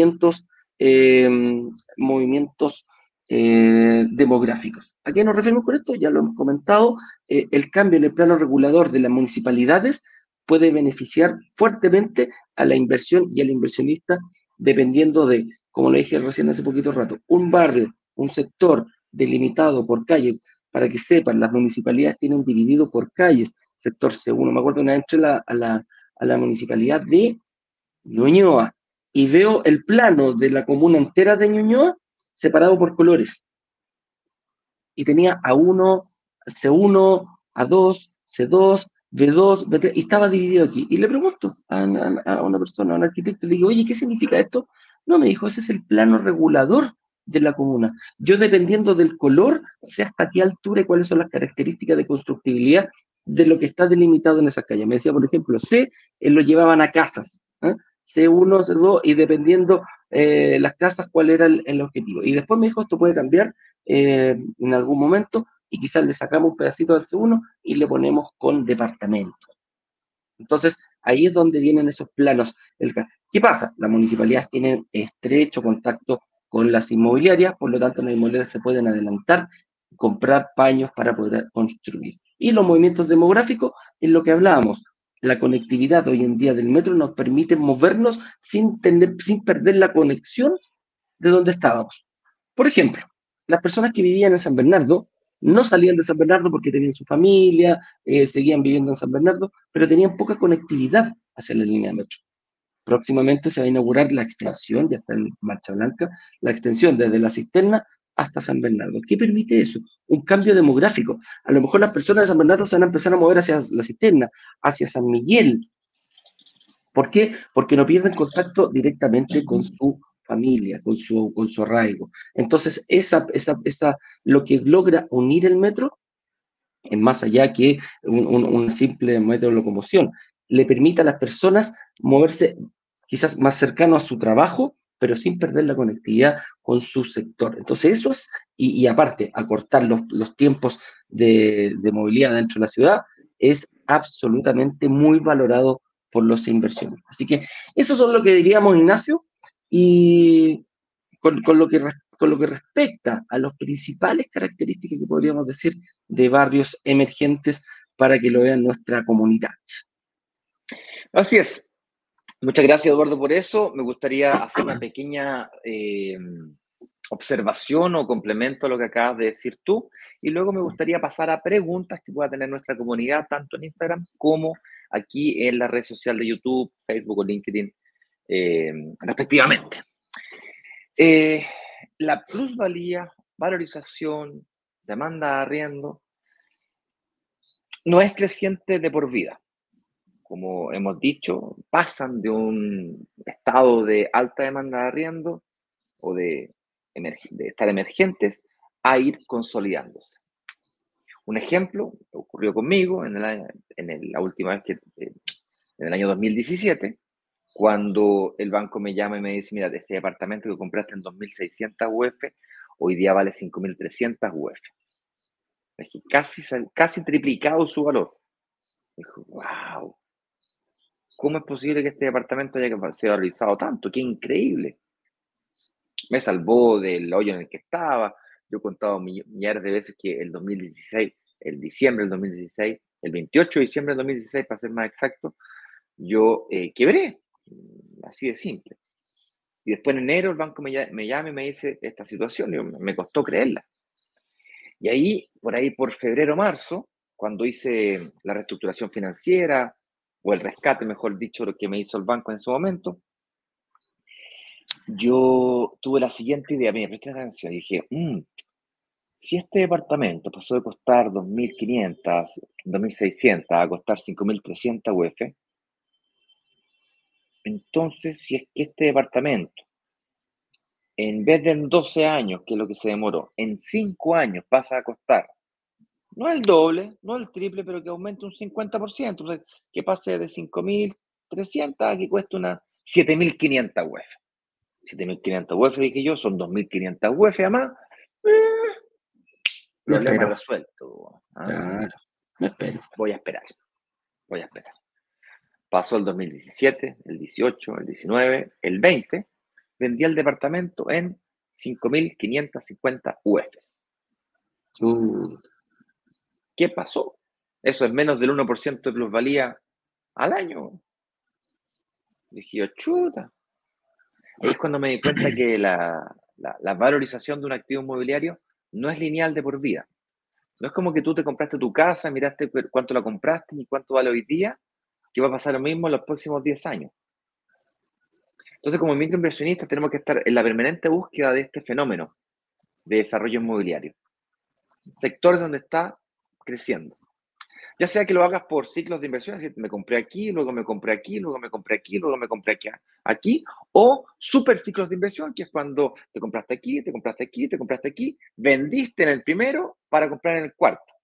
movimientos demográficos. ¿A qué nos referimos con esto? Ya lo hemos comentado, el cambio en el plano regulador de las municipalidades puede beneficiar fuertemente a la inversión y al inversionista dependiendo de, como lo dije recién hace poquito rato, un barrio, un sector delimitado por calles, para que sepan, las municipalidades tienen dividido por calles, sector C1. Me acuerdo una vez entré a la municipalidad de Ñuñoa y veo el plano de la comuna entera de Ñuñoa separado por colores. Y tenía A1, C1, A2, C2, B2, B3, y estaba dividido aquí. Y le pregunto a una persona, a un arquitecto, le digo, oye, ¿qué significa esto? No, me dijo, ese es el plano regulador de la comuna. Yo, dependiendo del color, sé hasta qué altura y cuáles son las características de constructibilidad de lo que está delimitado en esa calle. Me decía, por ejemplo, C, lo llevaban a casas, ¿eh? C1, C2, y dependiendo las casas, cuál era el objetivo. Y después me dijo, esto puede cambiar en algún momento y quizás le sacamos un pedacito del C1 y le ponemos con departamentos. Entonces, ahí es donde vienen esos planos. ¿Qué pasa? Las municipalidades tienen estrecho contacto con las inmobiliarias, por lo tanto, las inmobiliarias se pueden adelantar, comprar paños para poder construir. Y los movimientos demográficos, es lo que hablábamos. La conectividad hoy en día del metro nos permite movernos sin perder la conexión de donde estábamos. Por ejemplo, las personas que vivían en San Bernardo no salían de San Bernardo porque tenían su familia, seguían viviendo en San Bernardo, pero tenían poca conectividad hacia la línea de metro. Próximamente se va a inaugurar la extensión, ya está en marcha blanca, la extensión desde la cisterna hasta San Bernardo. ¿Qué permite eso? Un cambio demográfico. A lo mejor las personas de San Bernardo se van a empezar a mover hacia la cisterna, hacia San Miguel. ¿Por qué? Porque no pierden contacto directamente con su familia, con su arraigo. Entonces, lo que logra unir el metro es más allá que un simple método de locomoción. Le permite a las personas moverse quizás más cercano a su trabajo, pero sin perder la conectividad con su sector. Entonces, eso es, y aparte, acortar los tiempos de movilidad dentro de la ciudad, es absolutamente muy valorado por los inversiones. Así que eso es lo que diríamos, Ignacio, y con lo que respecta a las principales características que podríamos decir de barrios emergentes para que lo vean nuestra comunidad. Así es. Muchas gracias, Eduardo, por eso. Me gustaría hacer una pequeña observación o complemento a lo que acabas de decir tú, y luego me gustaría pasar a preguntas que pueda tener nuestra comunidad, tanto en Instagram como aquí en la red social de YouTube, Facebook o LinkedIn, respectivamente. La plusvalía, valorización, demanda de arriendo, no es creciente de por vida. Como hemos dicho, pasan de un estado de alta demanda de arriendo o de estar emergentes a ir consolidándose. Un ejemplo ocurrió conmigo la última vez en el año 2017, cuando el banco me llama y me dice, mira, este departamento que compraste en 2.600 UF, hoy día vale 5.300 UF. Es que casi triplicado su valor. Dijo, wow, ¿cómo es posible que este departamento haya sido valorizado tanto? ¡Qué increíble! Me salvó del hoyo en el que estaba. Yo he contado millares de veces que el 2016, el diciembre del 2016, el 28 de diciembre del 2016, para ser más exacto, yo quebré, así de simple. Y después en enero el banco me llama y me dice esta situación, y me costó creerla. Y ahí, por febrero, marzo, cuando hice la reestructuración financiera, o el rescate, mejor dicho, lo que me hizo el banco en ese momento, yo tuve la siguiente idea, me presté atención y dije, si este departamento pasó de costar 2.500, 2.600 a costar 5.300 UF, entonces si es que este departamento, en vez de en 12 años, que es lo que se demoró, en 5 años pasa a costar, no el doble, no el triple, pero que aumente un 50%, o sea, que pase de 5.300 a que cueste una 7.500 UF. 7.500 UF, dije yo, son 2.500 UF a más. Me Problema espero. resuelto. ¿Ah? Claro, me espero. Voy a esperar, voy a esperar. Pasó el 2017, el 18, el 19, el 20, vendí el departamento en 5.550 UFs. Uh, ¿Qué pasó? Eso es menos del 1% de plusvalía al año. Dije yo, chuta. Ahí es cuando me di cuenta que la valorización de un activo inmobiliario no es lineal de por vida. No es como que tú te compraste tu casa, miraste cuánto la compraste y cuánto vale hoy día, que va a pasar lo mismo en los próximos 10 años. Entonces, como microinversionistas, tenemos que estar en la permanente búsqueda de este fenómeno de desarrollo inmobiliario. Sectores donde está creciendo. Ya sea que lo hagas por ciclos de inversión, es decir, me compré aquí, luego me compré aquí, luego me compré aquí, luego me compré aquí, o super ciclos de inversión, que es cuando te compraste aquí, te compraste aquí, te compraste aquí, vendiste en el primero para comprar en el cuarto.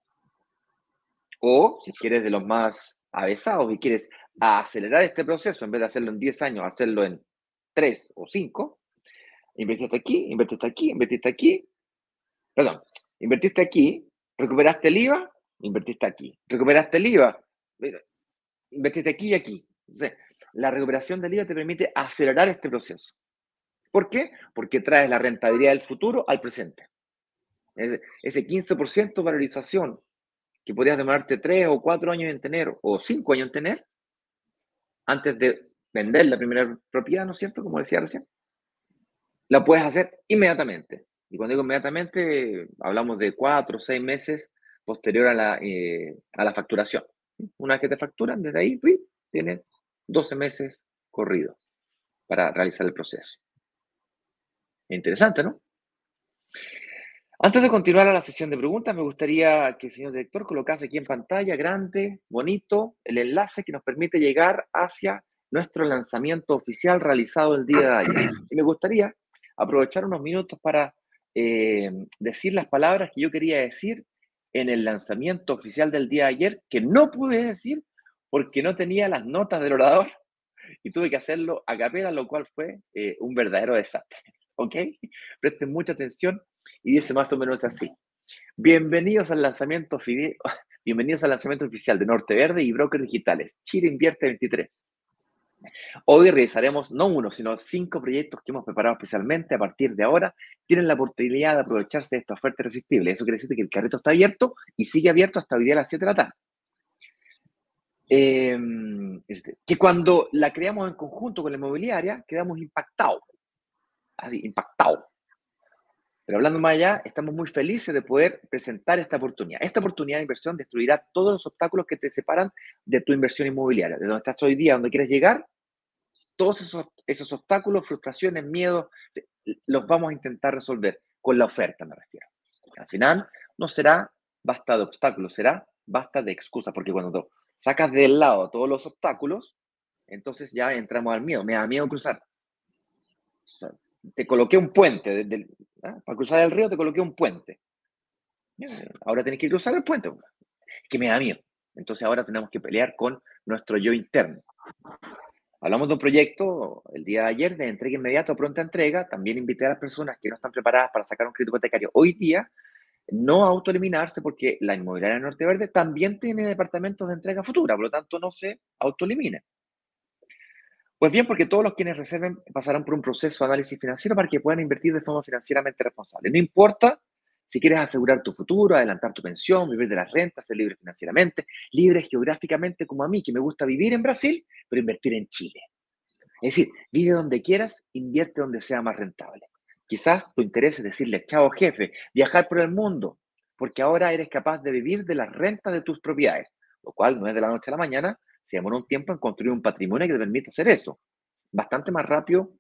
O si quieres de los más avesados y quieres acelerar este proceso, en vez de hacerlo en 10 años, hacerlo en 3 o 5, invertiste aquí, invertiste aquí, invertiste aquí, perdón, invertiste aquí, recuperaste el IVA, invertiste aquí, recuperaste el IVA, invertiste aquí y aquí. Entonces, la recuperación del IVA te permite acelerar este proceso. ¿Por qué? Porque traes la rentabilidad del futuro al presente. Ese 15% de valorización que podrías demorarte 3 o 4 años en tener, o 5 años en tener, antes de vender la primera propiedad, ¿no es cierto? Como decía recién, la puedes hacer inmediatamente. Y cuando digo inmediatamente, hablamos de 4 o 6 meses posterior a la facturación. Una vez que te facturan, desde ahí tienes 12 meses corridos para realizar el proceso. Interesante, ¿no? Antes de continuar a la sesión de preguntas, me gustaría que el señor director colocase aquí en pantalla, grande, bonito, el enlace que nos permite llegar hacia nuestro lanzamiento oficial realizado el día de ayer. Y me gustaría aprovechar unos minutos para decir las palabras que yo quería decir en el lanzamiento oficial del día de ayer, que no pude decir porque no tenía las notas del orador y tuve que hacerlo a capela, lo cual fue un verdadero desastre. ¿Ok? Presten mucha atención y dice más o menos así. Bienvenidos al lanzamiento, bienvenidos al lanzamiento oficial de Norte Verde y Brokers Digitales, Chile Invierte 23. Hoy realizaremos no uno, sino 5 proyectos que hemos preparado especialmente. A partir de ahora, tienen la oportunidad de aprovecharse de esta oferta irresistible. Eso quiere decir que el carrito está abierto y sigue abierto hasta hoy día a las 7 de la tarde. Que cuando la creamos en conjunto con la inmobiliaria, quedamos impactados. Así, impactados. Pero hablando más allá, estamos muy felices de poder presentar esta oportunidad. Esta oportunidad de inversión destruirá todos los obstáculos que te separan de tu inversión inmobiliaria. De donde estás hoy día, donde quieres llegar, todos esos obstáculos, frustraciones, miedos, los vamos a intentar resolver con la oferta, me refiero. Al final, no será basta de obstáculos, será basta de excusas, porque cuando sacas del lado todos los obstáculos, entonces ya entramos al miedo. Me da miedo cruzar. O sea, te coloqué un puente. Para cruzar el río te coloqué un puente. Ahora tenés que cruzar el puente. Que me da miedo. Entonces ahora tenemos que pelear con nuestro yo interno. Hablamos de un proyecto el día de ayer de entrega inmediata o pronta entrega. También invité a las personas que no están preparadas para sacar un crédito hipotecario hoy día no autoeliminarse porque la inmobiliaria Norte Verde también tiene departamentos de entrega futura, por lo tanto no se autoelimine. Pues bien, porque todos los quienes reserven pasarán por un proceso de análisis financiero para que puedan invertir de forma financieramente responsable. No importa si quieres asegurar tu futuro, adelantar tu pensión, vivir de las rentas, ser libre financieramente, libre geográficamente como a mí, que me gusta vivir en Brasil, pero invertir en Chile. Es decir, vive donde quieras, invierte donde sea más rentable. Quizás tu interés es decirle, chao jefe, viajar por el mundo, porque ahora eres capaz de vivir de las rentas de tus propiedades, lo cual no es de la noche a la mañana, se demora un tiempo en construir un patrimonio que te permita hacer eso. Bastante más rápido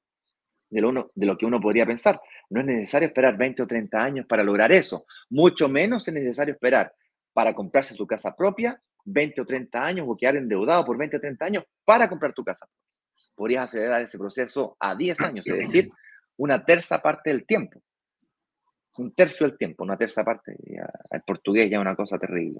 de lo que uno podría pensar. No es necesario esperar 20 o 30 años para lograr eso. Mucho menos es necesario esperar para comprarse tu casa propia 20 o 30 años o quedar endeudado por 20 o 30 años para comprar tu casa. Podrías acelerar ese proceso a 10 años, es decir, una terza parte del tiempo. Un tercio del tiempo, una terza parte. El portugués ya es una cosa terrible.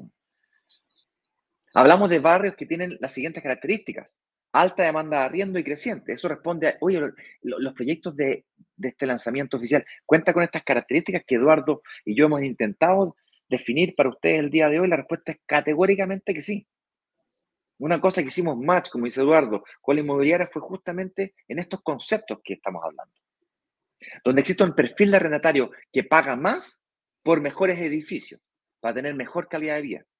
Hablamos de barrios que tienen las siguientes características. Alta demanda de arriendo y creciente. Eso responde a, oye, los proyectos de este lanzamiento oficial cuenta con estas características que Eduardo y yo hemos intentado definir para ustedes el día de hoy. La respuesta es categóricamente que sí. Una cosa que hicimos match, como dice Eduardo, con la inmobiliaria fue justamente en estos conceptos que estamos hablando. Donde existe un perfil de arrendatario que paga más por mejores edificios, para tener mejor calidad de vida.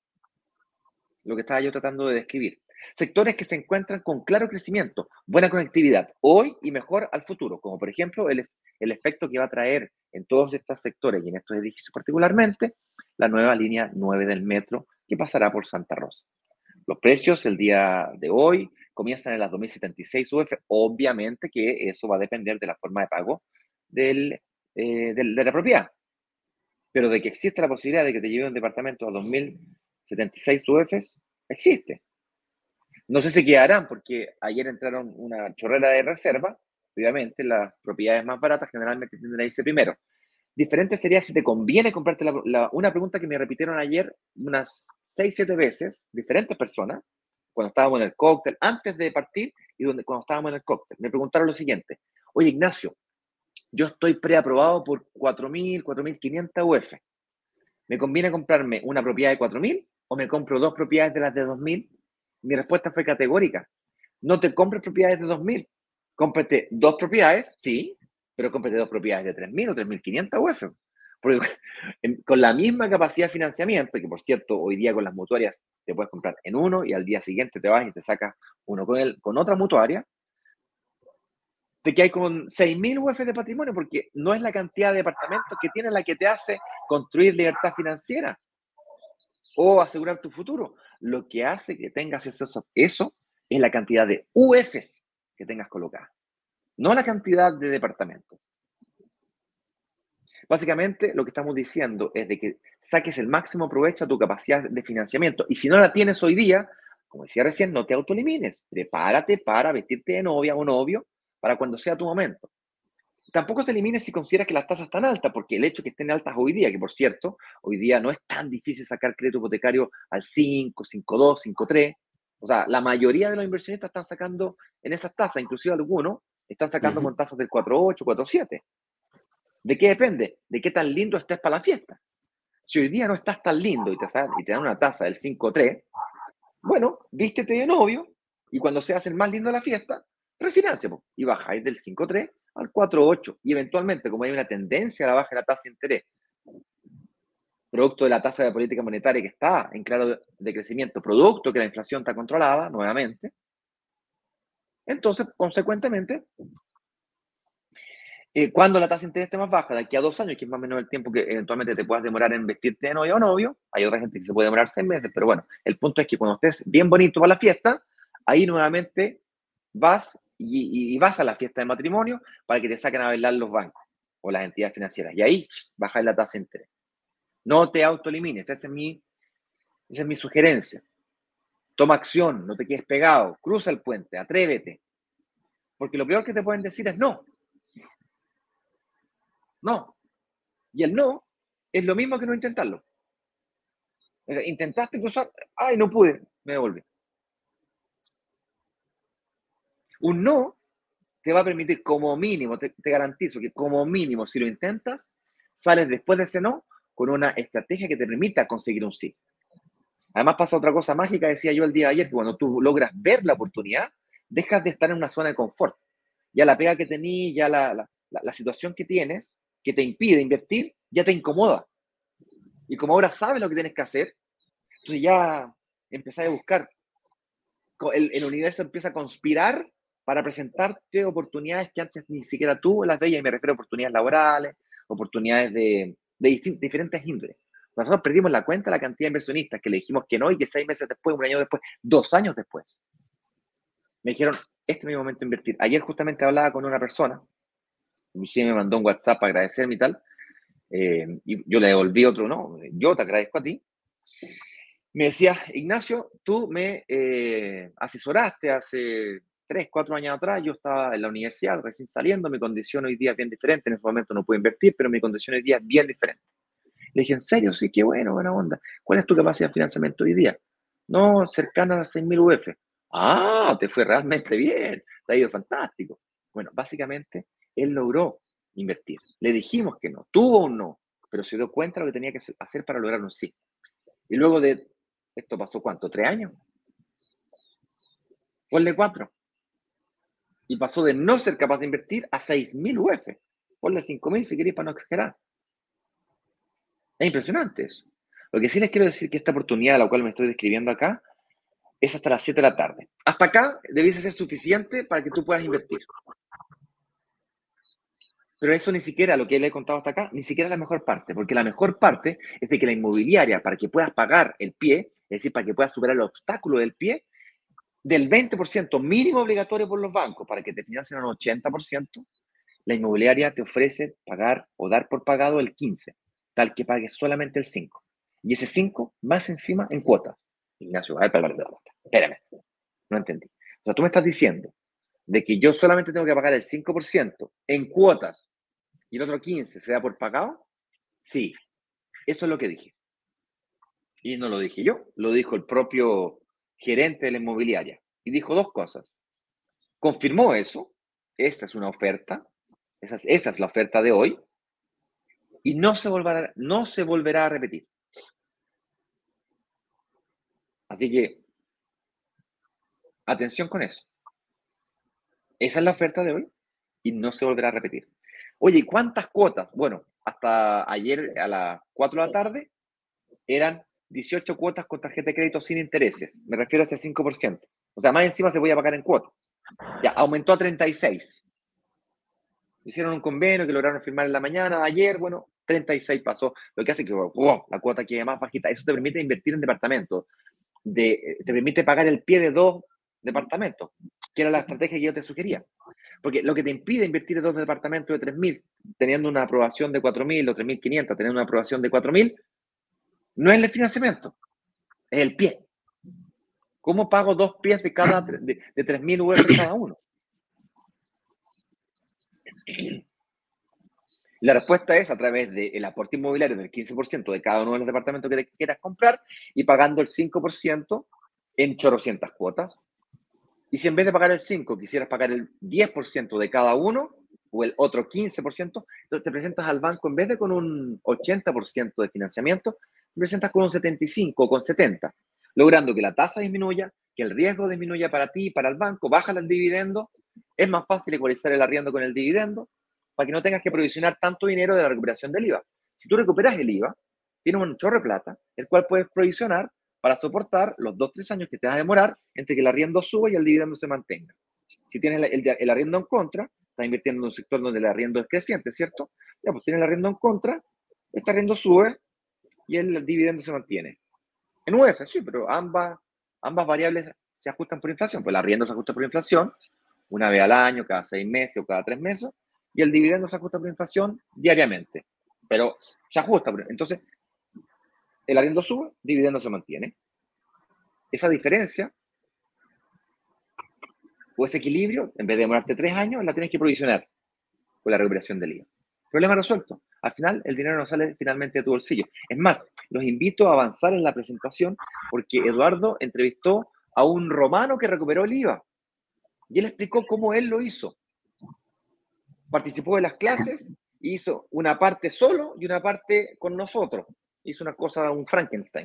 Lo que estaba yo tratando de describir. Sectores que se encuentran con claro crecimiento, buena conectividad, hoy y mejor al futuro, como por ejemplo el efecto que va a traer en todos estos sectores y en estos edificios particularmente, la nueva línea 9 del metro que pasará por Santa Rosa. Los precios el día de hoy comienzan en las 2076 UF. Obviamente que eso va a depender de la forma de pago de la propiedad. Pero de que existe la posibilidad de que te lleve un departamento a 2076 UFs, existe. No sé si quedarán, porque ayer entraron una chorrera de reserva. Obviamente, las propiedades más baratas generalmente tienden a irse primero. Diferente sería si te conviene comprarte una pregunta que me repitieron ayer unas 6, 7 veces, diferentes personas, cuando estábamos en el cóctel, antes de partir y cuando estábamos en el cóctel. Me preguntaron lo siguiente: oye, Ignacio, yo estoy preaprobado por 4.000, 4.500 UF. ¿Me conviene comprarme una propiedad de 4.000 o me compro dos propiedades de las de 2.000? Mi respuesta fue categórica: no te compres propiedades de 2.000. Cómprate dos propiedades, sí, pero cómprate dos propiedades de 3.000 o 3.500 UF. Porque con la misma capacidad de financiamiento, que por cierto, hoy día con las mutuarias te puedes comprar en uno y al día siguiente te vas y te sacas uno con otra mutuaria, te quedas con 6.000 UF de patrimonio, porque no es la cantidad de departamentos que tienes la que te hace construir libertad financiera o asegurar tu futuro. Lo que hace que tengas eso es la cantidad de UFs que tengas colocadas, no la cantidad de departamentos. Básicamente, lo que estamos diciendo es de que saques el máximo provecho a tu capacidad de financiamiento. Y si no la tienes hoy día, como decía recién, no te autoelimines. Prepárate para vestirte de novia o novio para cuando sea tu momento. Tampoco te elimines si consideras que las tasas están altas, porque el hecho de que estén altas hoy día, que por cierto, hoy día no es tan difícil sacar crédito hipotecario al 5, 5.2, 5.3. O sea, la mayoría de los inversionistas están sacando en esas tasas, inclusive algunos están sacando con tasas del 4.8, 4.7. ¿De qué depende? De qué tan lindo estés para la fiesta. Si hoy día no estás tan lindo y te dan una tasa del 5.3, bueno, vístete de novio y cuando se hacen más lindo la fiesta, refinancia y bajáis del 5.3 al 4.8 y eventualmente, como hay una tendencia a la baja de la tasa de interés, producto de la tasa de política monetaria que está en claro de crecimiento, producto que la inflación está controlada nuevamente, entonces, consecuentemente, cuando la tasa de interés esté más baja, de aquí a 2 años, que es más o menos el tiempo que eventualmente te puedas demorar en vestirte de novio o novio, hay otra gente que se puede demorar 6 meses, pero bueno, el punto es que cuando estés bien bonito para la fiesta, ahí nuevamente vas y vas a la fiesta de matrimonio para que te saquen a bailar los bancos o las entidades financieras. Y ahí bajas la tasa de interés. No te autoelimines, esa es mi sugerencia. Toma acción, no te quedes pegado, cruza el puente, atrévete. Porque lo peor que te pueden decir es no. No. Y el no es lo mismo que no intentarlo. O sea, intentaste cruzar, ay, no pude, me devolví. Un no te va a permitir como mínimo, te garantizo que como mínimo, si lo intentas, sales después de ese no con una estrategia que te permita conseguir un sí. Además pasa otra cosa mágica, decía yo el día de ayer, que cuando tú logras ver la oportunidad, dejas de estar en una zona de confort. Ya la pega que tenís, ya la situación que tienes, que te impide invertir, ya te incomoda. Y como ahora sabes lo que tienes que hacer, entonces ya empezás a buscar. El universo empieza a conspirar para presentarte oportunidades que antes ni siquiera tú las veías, y me refiero a oportunidades laborales, oportunidades de diferentes índoles. Nosotros perdimos la cuenta de la cantidad de inversionistas que le dijimos que no y que 6 meses después, un año después, 2 años después, me dijeron, este es mi momento de invertir. Ayer justamente hablaba con una persona, inclusive me mandó un WhatsApp para agradecerme y tal, y yo le devolví otro, no, yo te agradezco a ti. Me decía, Ignacio, tú me asesoraste hace 3, 4 años atrás, yo estaba en la universidad recién saliendo, mi condición hoy día es bien diferente, en ese momento no puedo invertir, pero mi condición hoy día es bien diferente. Le dije, ¿en serio? Sí, qué bueno, buena onda. ¿Cuál es tu capacidad de financiamiento hoy día? No, cercana a las 6.000 UF. Ah, te fue realmente bien, te ha ido fantástico. Bueno, básicamente, él logró invertir. Le dijimos que no, tuvo un no, pero se dio cuenta de lo que tenía que hacer para lograr un sí. Y luego de, ¿esto pasó cuánto? ¿3 años? Ponle 4. Y pasó de no ser capaz de invertir a 6.000 UF. Ponle 5.000 si queréis para no exagerar. Es impresionante eso. Lo que sí les quiero decir que esta oportunidad a la cual me estoy describiendo acá es hasta las 7 de la tarde. Hasta acá debiese ser suficiente para que tú puedas invertir. Pero eso ni siquiera, lo que le he contado hasta acá, ni siquiera es la mejor parte, porque la mejor parte es de que la inmobiliaria, para que puedas pagar el pie, es decir, para que puedas superar el obstáculo del pie, del 20% mínimo obligatorio por los bancos para que te financien un 80%, la inmobiliaria te ofrece pagar o dar por pagado el 15%, tal que pagues solamente el 5%. Y ese 5% más encima en cuotas. Ignacio, espérame, no entendí. O sea, tú me estás diciendo de que yo solamente tengo que pagar el 5% en cuotas y el otro 15% se da por pagado. Sí, eso es lo que dije. Y no lo dije yo, lo dijo el propio gerente de la inmobiliaria. Y dijo 2 cosas. Confirmó eso, esta es una oferta, esa es la oferta de hoy, y no se volverá a repetir. Así que, atención con eso. Esa es la oferta de hoy y no se volverá a repetir. Oye, ¿y cuántas cuotas? Bueno, hasta ayer a las 4 de la tarde eran 18 cuotas con tarjeta de crédito sin intereses. Me refiero a ese 5%. O sea, más encima se podía pagar en cuotas. Ya, aumentó a 36. Hicieron un convenio que lograron firmar en la mañana de ayer, bueno, 36 pasó, lo que hace que la cuota quede más bajita. Eso te permite invertir en departamentos, te permite pagar el pie de 2 departamentos, que era la estrategia que yo te sugería. Porque lo que te impide invertir en 2 departamentos de 3.000, teniendo una aprobación de 4.000 o 3.500, teniendo una aprobación de 4.000, no es el financiamiento, es el pie. ¿Cómo pago 2 pies de 3.000 UF cada uno? La respuesta es a través del aporte inmobiliario del 15% de cada uno de los departamentos que te quieras comprar y pagando el 5% en chorrocientas cuotas. Y si en vez de pagar el 5% quisieras pagar el 10% de cada uno o el otro 15%, entonces te presentas al banco en vez de con un 80% de financiamiento, te presentas con un 75% o con 70%, logrando que la tasa disminuya, que el riesgo disminuya para ti y para el banco, baja el dividendo, es más fácil ecualizar el arriendo con el dividendo, para que no tengas que provisionar tanto dinero de la recuperación del IVA. Si tú recuperas el IVA, tienes un chorro de plata, el cual puedes provisionar para soportar los 2-3 años que te va a demorar entre que el arriendo suba y el dividendo se mantenga. Si tienes el arriendo en contra, estás invirtiendo en un sector donde el arriendo es creciente, ¿cierto? Ya, pues tienes el arriendo en contra, este arriendo sube y el dividendo se mantiene. En UF, sí, pero ambas variables se ajustan por inflación. Pues el arriendo se ajusta por inflación una vez al año, cada 6 meses o cada 3 meses, y el dividendo se ajusta por inflación diariamente. Pero se ajusta. Entonces, el arriendo sube, el dividendo se mantiene. Esa diferencia o ese equilibrio, en vez de demorarte 3 años, la tienes que provisionar con la recuperación del IVA. Problema resuelto. Al final, el dinero no sale finalmente de tu bolsillo. Es más, los invito a avanzar en la presentación porque Eduardo entrevistó a un romano que recuperó el IVA y él explicó cómo él lo hizo. Participó de las clases hizo una parte solo y una parte con nosotros. Hizo una cosa, un Frankenstein.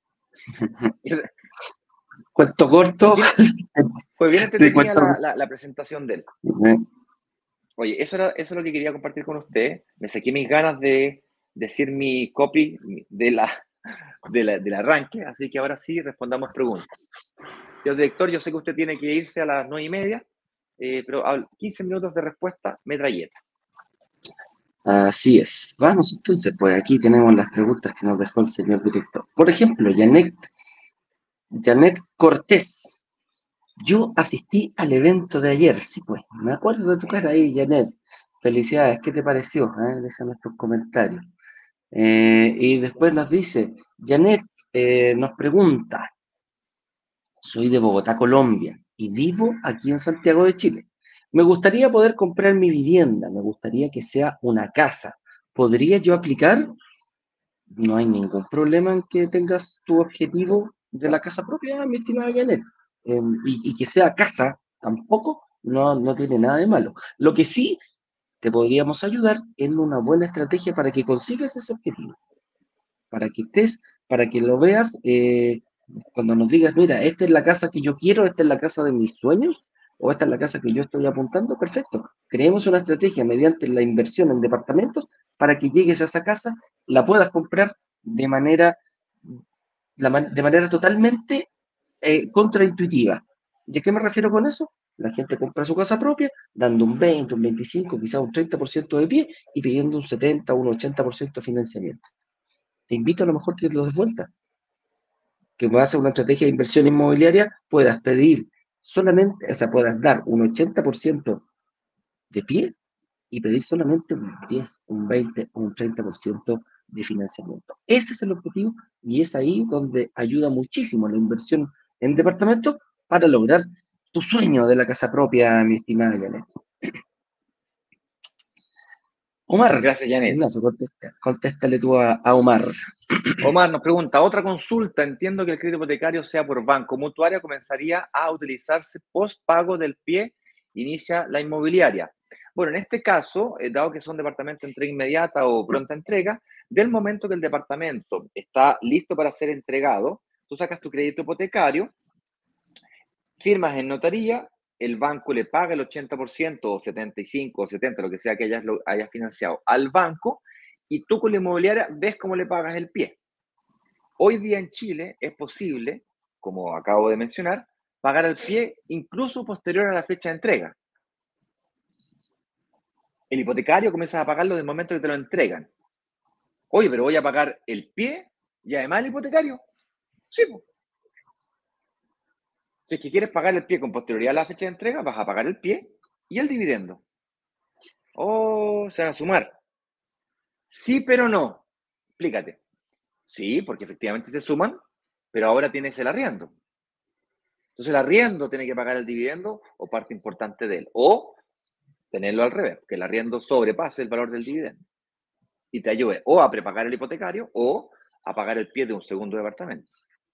Cuento corto. Fue bien Te entretenida cuento. la presentación de él. Oye, eso es lo que quería compartir con usted. Me saqué mis ganas de decir mi copy del arranque, así que ahora sí respondamos preguntas. Señor director, yo sé que usted tiene que irse a las 9:30, pero 15 minutos de respuesta, metralleta. Así es. Vamos entonces, pues aquí tenemos las preguntas que nos dejó el señor director. Por ejemplo, Janet Cortés. Yo asistí al evento de ayer, sí, pues. Me acuerdo de tu cara ahí, Janet. Felicidades, ¿qué te pareció? Déjame tus comentarios. Y después nos dice, Janet nos pregunta, soy de Bogotá, Colombia, y vivo aquí en Santiago de Chile. Me gustaría poder comprar mi vivienda, me gustaría que sea una casa. ¿Podría yo aplicar? No hay ningún problema en que tengas tu objetivo de la casa propia, mi estimada Janet. Y que sea casa, tampoco, no tiene nada de malo. Lo que sí te podríamos ayudar en una buena estrategia para que consigas ese objetivo, para que lo veas, cuando nos digas, mira, esta es la casa que yo quiero, esta es la casa de mis sueños, o esta es la casa que yo estoy apuntando, perfecto. Creemos una estrategia mediante la inversión en departamentos para que llegues a esa casa, la puedas comprar de manera, de manera totalmente contraintuitiva. ¿Y a qué me refiero con eso? La gente compra su casa propia, dando un 20, un 25, quizás un 30% de pie y pidiendo un 70 o un 80% de financiamiento. Te invito a lo mejor que lo des vuelta, que vas a hacer una estrategia de inversión inmobiliaria, puedas pedir solamente, o sea, puedas dar un 80% de pie y pedir solamente un 10, un 20 o un 30% de financiamiento. Ese es el objetivo y es ahí donde ayuda muchísimo la inversión en departamentos para lograr tu sueño de la casa propia, mi estimada Janet. Omar, Gracias, Janet. Ignacio, contéstale tú a Omar. Omar nos pregunta, otra consulta, entiendo que el crédito hipotecario sea por banco mutuario, comenzaría a utilizarse post pago del pie, inicia la inmobiliaria. Bueno, en este caso, dado que son departamentos de entrega inmediata o pronta entrega, del momento que el departamento está listo para ser entregado, tú sacas tu crédito hipotecario, firmas en notaría, el banco le paga el 80% o 75 o 70, lo que sea que hayas financiado al banco, y tú con la inmobiliaria ves cómo le pagas el pie. Hoy día en Chile es posible, como acabo de mencionar, pagar al pie incluso posterior a la fecha de entrega. El hipotecario comienza a pagarlo del momento que te lo entregan. Oye, pero voy a pagar el pie y además el hipotecario. Sí, pues. Si es que quieres pagar el pie con posterioridad a la fecha de entrega, vas a pagar el pie y el dividendo. Oh, se van a sumar. Sí, pero no. Explícate. Sí, porque efectivamente se suman, pero ahora tienes el arriendo. Entonces el arriendo tiene que pagar el dividendo o parte importante de él. O tenerlo al revés, que el arriendo sobrepase el valor del dividendo y te ayude o a prepagar el hipotecario o a pagar el pie de un segundo departamento.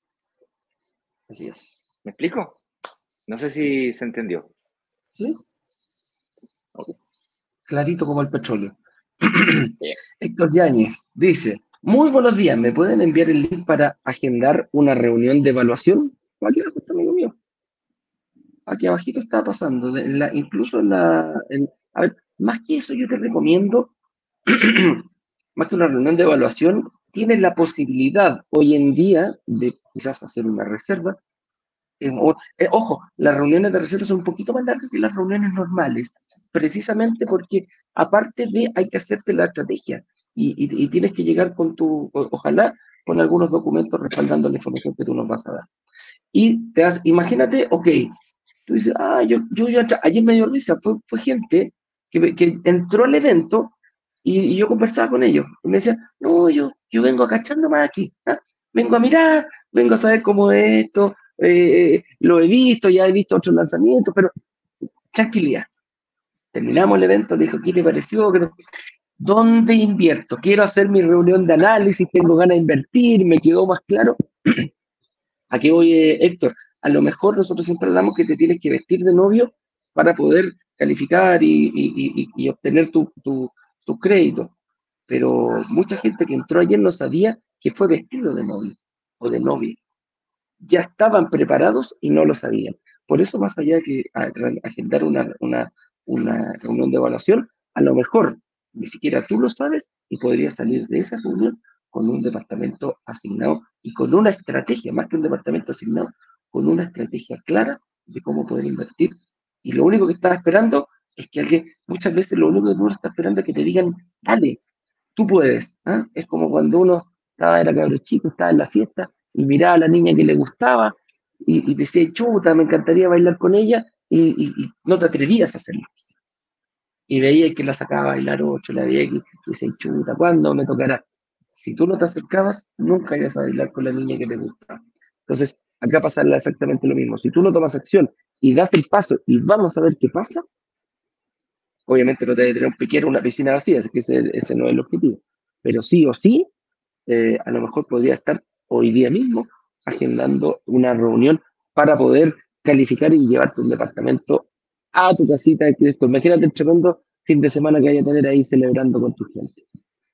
Así es. ¿Me explico? No sé si se entendió. ¿Sí? Okay. Clarito como el petróleo. Bien. Héctor Yáñez dice, muy buenos días, ¿me pueden enviar el link para agendar una reunión de evaluación? Aquí abajo está, amigo mío. Aquí abajito está pasando, incluso a ver, más que eso yo te recomiendo, más que una reunión de evaluación, tienes la posibilidad hoy en día de quizás hacer una reserva. Ojo, las reuniones de reserva son un poquito más largas que las reuniones normales, precisamente porque aparte de hay que hacerte la estrategia y tienes que llegar con ojalá con algunos documentos respaldando la información que tú nos vas a dar. Y imagínate, ok, tú dices, ayer me dio risa, fue gente que entró al evento y yo conversaba con ellos. Y me decían, no, yo vengo cachando más aquí, ¿ah? Vengo a mirar, vengo a saber cómo es esto, lo he visto, ya he visto otros lanzamientos, pero tranquilidad. Terminamos el evento, le dijo, ¿qué te pareció? ¿Dónde invierto? Quiero hacer mi reunión de análisis, tengo ganas de invertir, me quedó más claro. ¿A qué voy, Héctor? A lo mejor nosotros siempre hablamos que te tienes que vestir de novio para poder calificar y obtener sus créditos, pero mucha gente que entró ayer no sabía que fue vestido de novio o de novia. Ya estaban preparados y no lo sabían. Por eso, más allá de que agendar una reunión de evaluación, a lo mejor ni siquiera tú lo sabes y podrías salir de esa reunión con un departamento asignado y con una estrategia, más que un departamento asignado, con una estrategia clara de cómo poder invertir. Y lo único que estás esperando es que alguien, muchas veces lo único que tú estás esperando es que te digan, dale, tú puedes. ¿Ah? Es como cuando uno era cabrón chico, estaba en la fiesta y miraba a la niña que le gustaba y decía, chuta, me encantaría bailar con ella y no te atrevías a hacerlo. Y veía que la sacaba a bailar ocho, la veía y decía, chuta, ¿cuándo me tocará? Si tú no te acercabas, nunca ibas a bailar con la niña que te gustaba. Entonces, acá pasa exactamente lo mismo. Si tú no tomas acción y das el paso y vamos a ver qué pasa, obviamente no te debe tener un piquero, una piscina vacía, es que ese no es el objetivo. Pero sí o sí, a lo mejor podría estar hoy día mismo agendando una reunión para poder calificar y llevarte un departamento a tu casita de Cristo. Imagínate el tremendo fin de semana que vaya a tener ahí celebrando con tu gente.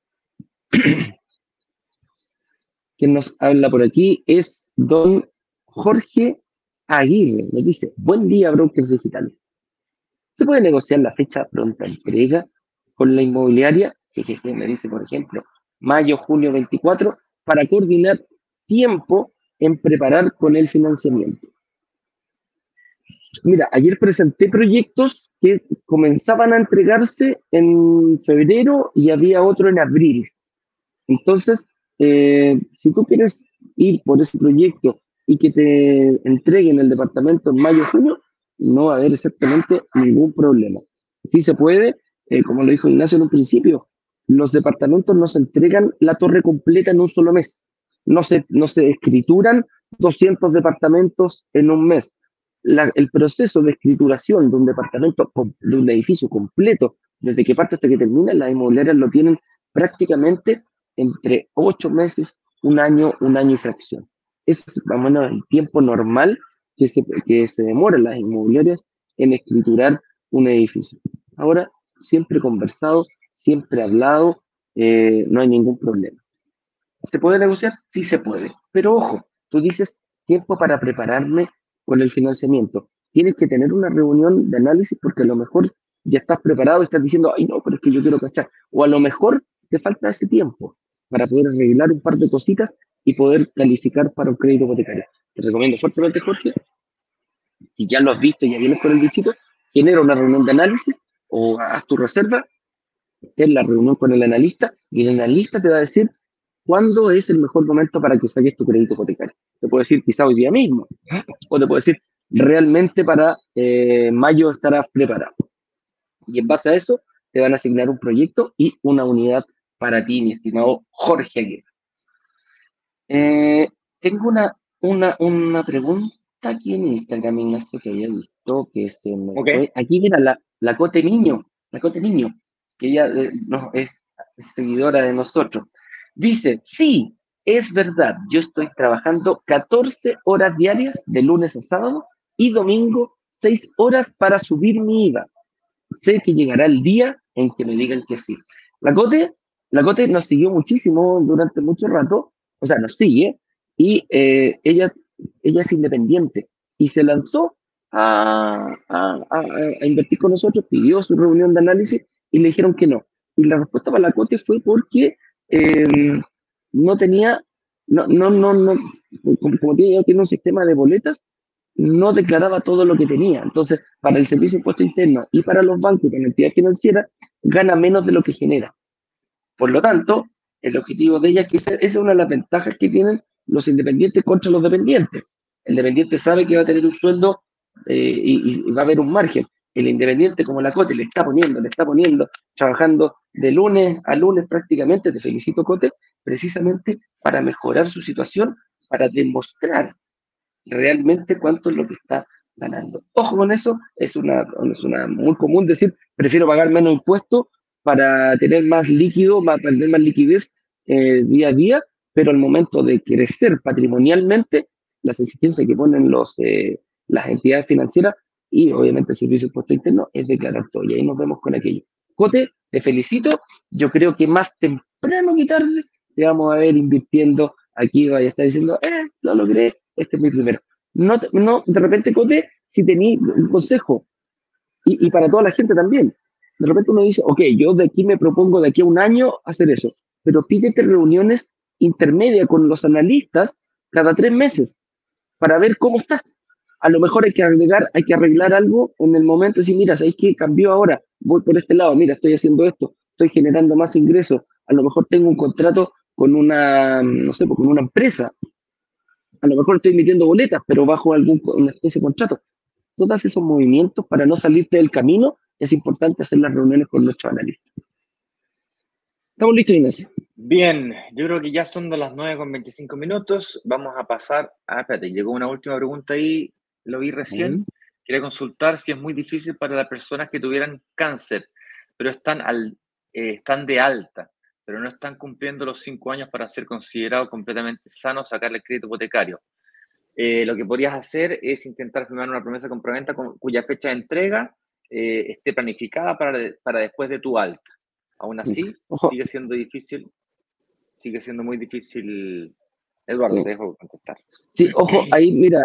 Quien nos habla por aquí es don Jorge Aguirre. Me dice, buen día, brokers digitales. ¿Se puede negociar la fecha pronta entrega con la inmobiliaria? Que me dice, por ejemplo, mayo, junio 24, para coordinar tiempo en preparar con el financiamiento. Mira, ayer presenté proyectos que comenzaban a entregarse en febrero y había otro en abril. Entonces, si tú quieres ir por ese proyecto y que te entreguen el departamento en mayo o junio, no va a haber exactamente ningún problema. Sí se puede, como lo dijo Ignacio en un principio, los departamentos no se entregan la torre completa en un solo mes. No se escrituran 200 departamentos en un mes. El proceso de escrituración de un departamento, de un edificio completo, desde que parte hasta que termina, las inmobiliarias lo tienen prácticamente entre 8 meses, un año y fracción. Ese es más o menos el tiempo normal que se demora las inmobiliarias en escriturar un edificio. Ahora, siempre conversado, siempre hablado, no hay ningún problema. ¿Se puede negociar? Sí se puede. Pero ojo, tú dices tiempo para prepararme con el financiamiento. Tienes que tener una reunión de análisis porque a lo mejor ya estás preparado y estás diciendo, ay no, pero es que yo quiero cachar. O a lo mejor te falta ese tiempo para poder arreglar un par de cositas y poder calificar para un crédito hipotecario. Te recomiendo fuertemente, Jorge, si ya lo has visto y ya vienes con el bichito, genera una reunión de análisis o haz tu reserva, ten la reunión con el analista y el analista te va a decir cuándo es el mejor momento para que saques tu crédito hipotecario. Te puedo decir quizá hoy día mismo, o te puedo decir realmente para mayo estarás preparado. Y en base a eso te van a asignar un proyecto y una unidad para ti, mi estimado Jorge Aguirre. Tengo una pregunta aquí en Instagram, Ignacio, que había visto que se me fue. Aquí, mira, la Cote Niño, que ella es seguidora de nosotros. Dice, sí, es verdad, yo estoy trabajando 14 horas diarias de lunes a sábado y domingo 6 horas para subir mi IVA. Sé que llegará el día en que me digan que sí. La Cote nos siguió muchísimo durante mucho rato, o sea, nos sigue, y ella es independiente y se lanzó a invertir con nosotros, pidió su reunión de análisis y le dijeron que no. Y la respuesta para la Cote fue porque eh, no tenía, no, como tiene un sistema de boletas, no declaraba todo lo que tenía. Entonces, para el Servicio de Impuesto Interno y para los bancos con entidad financiera, gana menos de lo que genera. Por lo tanto, el objetivo de ella es que esa es una de las ventajas que tienen los independientes contra los dependientes. El dependiente sabe que va a tener un sueldo y va a haber un margen. El independiente, como la Cote, le está poniendo, trabajando de lunes a lunes prácticamente, te felicito, Cote, precisamente para mejorar su situación, para demostrar realmente cuánto es lo que está ganando. Ojo con eso, es una muy común decir, prefiero pagar menos impuestos para tener más líquido, para tener más liquidez día a día, pero al momento de crecer patrimonialmente, las exigencias que ponen las entidades financieras y obviamente el Servicio de Impuesto Interno es declarar todo, y ahí nos vemos con aquello. Cote, te felicito. Yo creo que más temprano que tarde te vamos a ver invirtiendo aquí, vaya a estar diciendo, lo logré, este es mi primero. No, no, de repente, Cote, si tenéis un consejo, y para toda la gente también, de repente uno dice, ok, yo de aquí me propongo de aquí a un año hacer eso, pero pídete reuniones intermedias con los analistas cada 3 meses para ver cómo estás. A lo mejor hay que arreglar algo en el momento, decir, mira, ¿sabes qué? Cambió ahora, voy por este lado, mira, estoy haciendo esto, estoy generando más ingresos, a lo mejor tengo un contrato con una, no sé, con una empresa, a lo mejor estoy emitiendo boletas, pero bajo una especie de contrato. Todos esos movimientos para no salirte del camino, es importante hacer las reuniones con nuestros analistas. ¿Estamos listos, Ignacio? Bien, yo creo que ya son de las 9:25. Vamos a pasar a... Espérate, llegó una última pregunta ahí, lo vi recién. Quería consultar si es muy difícil para las personas que tuvieran cáncer, pero están de alta, pero no están cumpliendo los 5 años para ser considerados completamente sanos, sacarle el crédito hipotecario. Lo que podrías hacer es intentar firmar una promesa de compraventa cuya fecha de entrega esté planificada para después de tu alta. Aún así, sigue siendo difícil, sigue siendo muy difícil. Eduardo, te dejo contestar. Sí, ojo, ahí mira,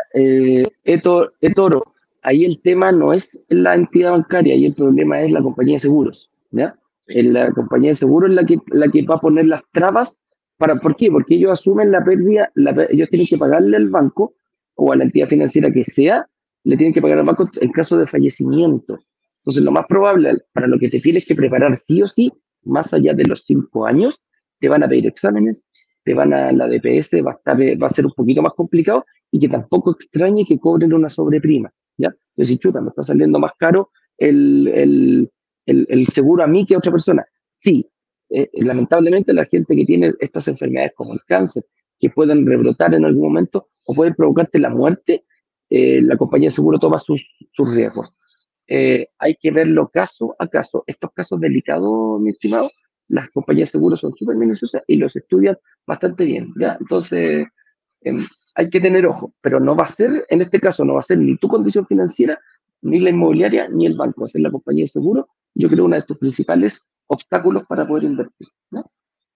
eToro, ahí el tema no es la entidad bancaria, ahí el problema es la compañía de seguros, ¿ya? Sí. La compañía de seguros es la que va a poner las trabas. ¿Por qué? Porque ellos asumen la pérdida, ellos tienen que pagarle al banco o a la entidad financiera que sea, le tienen que pagar al banco en caso de fallecimiento. Entonces, lo más probable, para lo que te tienes que preparar sí o sí, más allá de los 5 años, te van a pedir exámenes, te van a la DPS, va a ser un poquito más complicado, y que tampoco extrañe que cobren una sobreprima, ¿ya? Entonces, si chuta, me está saliendo más caro el seguro a mí que a otra persona. Sí, lamentablemente la gente que tiene estas enfermedades como el cáncer, que pueden rebrotar en algún momento o pueden provocarte la muerte, la compañía de seguro toma sus riesgos. Hay que verlo caso a caso. Estos casos delicados, mi estimado, las compañías de seguros son súper minuciosas y los estudian bastante bien, ¿ya? Entonces, hay que tener ojo, pero no va a ser, en este caso, no va a ser ni tu condición financiera, ni la inmobiliaria, ni el banco, va a ser la compañía de seguro. Yo creo uno de tus principales obstáculos para poder invertir, ¿no?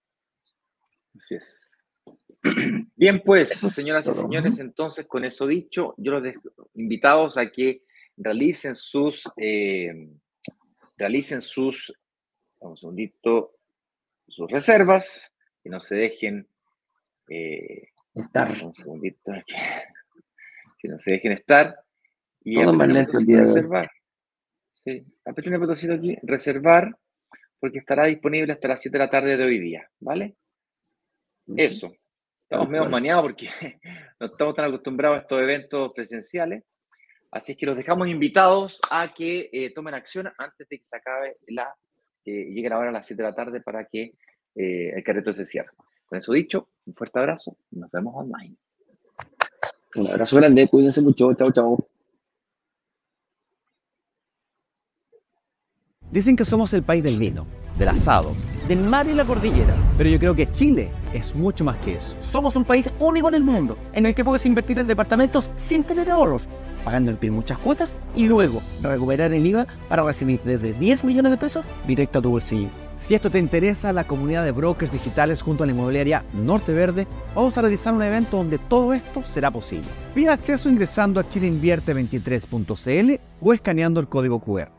Así es. Bien, pues, señoras y señores, entonces, con eso dicho, yo los dejo invitados a que realicen sus, vamos un segundito, sus reservas, y no se dejen estar. Un segundito, que no se dejen estar. Y todo más lento el día de reservar. Sí, aprieten el botoncito aquí, reservar, porque estará disponible hasta las 7 de la tarde de hoy día, ¿vale? Eso. Estamos medio maneados porque no estamos tan acostumbrados a estos eventos presenciales. Así es que los dejamos invitados a que tomen acción antes de que se acabe llegue la hora a las 7 de la tarde para que el carrito se cierre. Con eso dicho, un fuerte abrazo y nos vemos online. Un abrazo grande, cuídense mucho, chao, chao. Dicen que somos el país del vino, del asado, del mar y la cordillera, pero yo creo que Chile es mucho más que eso. Somos un país único en el mundo, en el que puedes invertir en departamentos sin tener ahorros, pagando el PIB muchas cuotas y luego recuperar el IVA para recibir desde 10 millones de pesos directo a tu bolsillo. Si esto te interesa, la comunidad de brokers digitales junto a la inmobiliaria Norte Verde, vamos a realizar un evento donde todo esto será posible. Pide acceso ingresando a chileinvierte23.cl o escaneando el código QR.